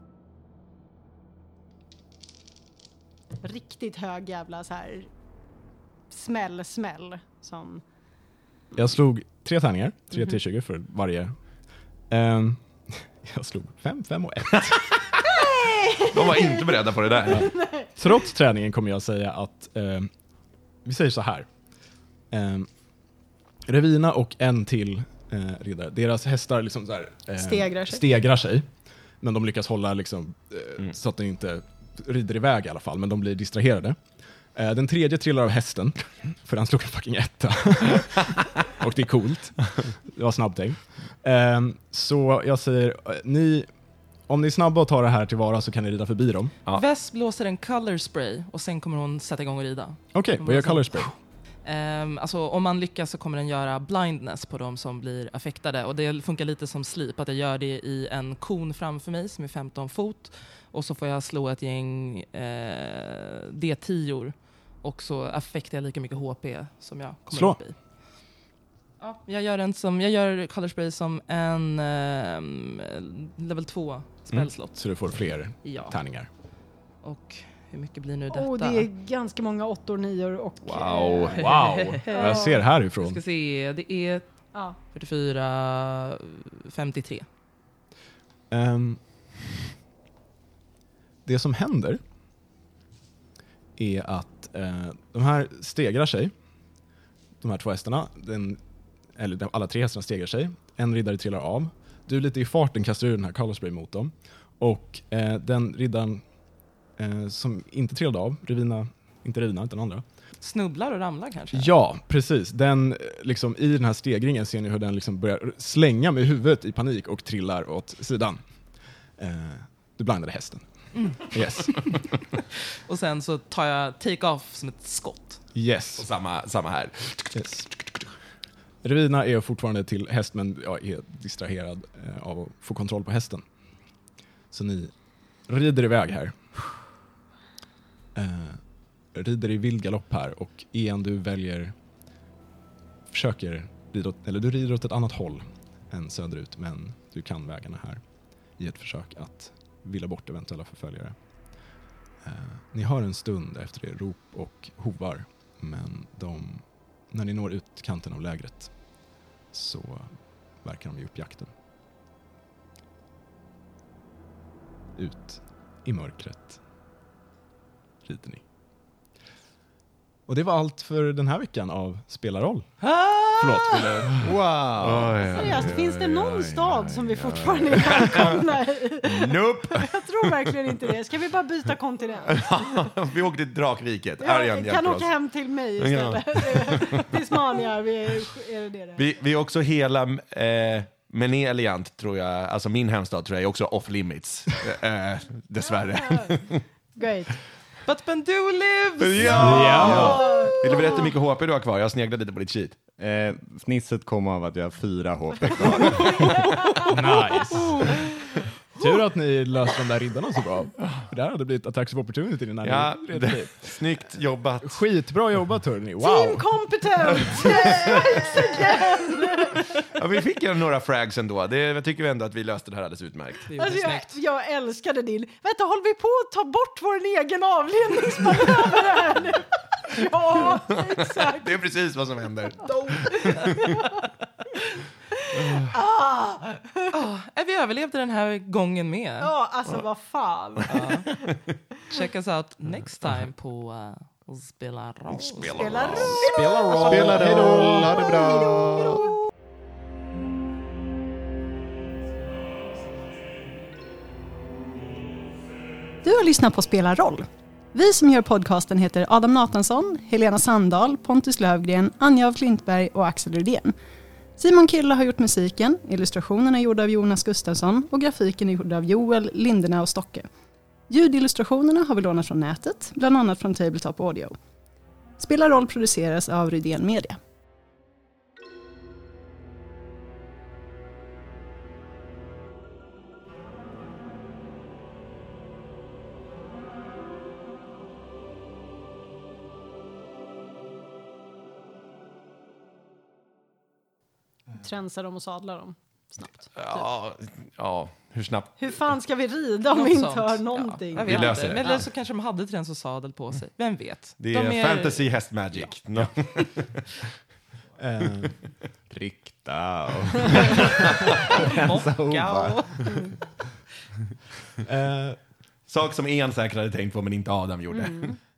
Riktigt hög jävla så här smäll, smäll. Som... Jag slog tre tärningar, tre T tjugo för varje. Um, jag slog fem, fem och ett. De var inte beredda på det där. trots träningen kommer jag säga att eh, vi säger så här. Eh, Revina och en till eh, riddare. Deras hästar liksom så här, eh, Stegrar sig. stegrar sig. Men de lyckas hålla liksom, eh, Mm. så att de inte rider iväg i alla fall. Men de blir distraherade. Eh, den tredje trillar av hästen. För han slog en fucking etta. Och det är coolt. Det var snabbtänkt. Eh, så jag säger, eh, ni, om ni är snabba och tar det här tillvara så kan ni rida förbi dem. Ja. Vess blåser en color spray och sen kommer hon sätta igång och rida. Okej, vad gör color spray? Um, alltså, om man lyckas så kommer den göra blindness på de som blir affektade. Och det funkar lite som sleep, att jag gör det i en kon framför mig som är femton fot. Och så får jag slå ett gäng eh, D tio och så affektar jag lika mycket H P som jag kommer Slå. upp i. Ja, jag gör en som jag gör color spray som en um, level två spellslott. Så du får fler Ja. tärningar. Och hur mycket blir nu detta? Oh, det är ganska många åttor, nior och... Wow. Wow, jag ser Vi härifrån. ska se, det är Ja. fyrtiofyra femtiotre. Um, det som händer är att uh, de här stegrar sig. De här två hästarna, den, eller de, alla tre hästarna stegrar sig. En riddare trillar av. Du lite i farten kastar ur den här color spray mot dem. Och uh, den riddaren uh, som inte trillade av, Revina, inte Revina utan andra. Snubblar och ramlar kanske? Ja, precis. Den, liksom, i den här stegringen ser ni hur den liksom börjar slänga med huvudet i panik och trillar åt sidan. Uh, du blindade hästen. Mm. Yes. Och sen så tar jag take off som ett skott. Yes. Och samma, samma här. yes. Revina är fortfarande till häst men ja, är distraherad eh, av att få kontroll på hästen. Så ni rider iväg här. Eh, rider i vild galopp här och igen du väljer försöker rida åt, eller du rider åt ett annat håll än söderut men du kan vägarna här i ett försök att villa bort eventuella förföljare. Eh, ni har en stund efter det rop och hovar men de, när ni når ut kanten av lägret så verkar de ge upp jakten. Ut i mörkret rider ni. Och det var allt för den här veckan av Spelarroll. Förlåt, ville... Wow! Seriöst, finns det någon stad som vi fortfarande är välkomna i? Nope! Jag tror verkligen inte det. Ska vi bara byta kontinent? Vi åkte till Drakriket. Jag Arjan kan hjälper åka oss. hem till mig istället. Till Smania. Vi är, är det det? Vi, vi är också hela eh, Meneliant, tror jag. Alltså min hemstad tror jag är också off limits. eh, dessvärre. Great. But Bendu lives! Ja! Vill du berätta hur mycket H P du har kvar? Jag sneglade lite på ditt shit. Eh, fnisset kom av att jag har fyra H P kvar. Nice. Tur att ni löste de där riddarna så bra. För där hade det blivit attacks of opportunity när Ja, ni red det, dit. snyggt jobbat. Skitbra jobbat hörni. Team Wow. competent! Ja, vi fick ju några frags ändå. Det, jag tycker ändå att vi löste det här alldeles utmärkt. Det gjorde Alltså jag, snyggt. jag älskade din... Vänta, håller vi på att ta bort vår egen avledningsmanöver här nu? Ja, exakt. Det är precis vad som händer. Ah, Ah, vi överlevde den här gången med. ja, alltså vad fan. Check us out next time på uh, Spela roll. Spelar roll. Spela roll. Spela roll, ha det bra! Du har lyssnat på Spela roll. Vi som gör podcasten heter Adam Nathansson, Helena Sandahl, Pontus Lövgren, Anja af Klintberg och Axel Rydén. Simon Killa har gjort musiken, illustrationerna är gjorda av Jonas Gustafsson och grafiken är gjord av Joel Lindena och Stocke. Ljudillustrationerna har vi lånat från nätet, bland annat från Tabletop Audio. Spela roll produceras av Rydén Media. Tränsa dem och sadla dem snabbt. Ja, ja, hur snabbt? Hur fan ska vi rida om Något vi inte sånt. har någonting? Ja, jag Vi vet löser inte. det. Men eller så kanske de hade träns och sadel på sig. Vem vet? Det De är fantasy häst magic. No. Eh, Rikta och... Mocka och... eh, Sak som Ian säkert hade tänkt på men inte Adam gjorde. Mm.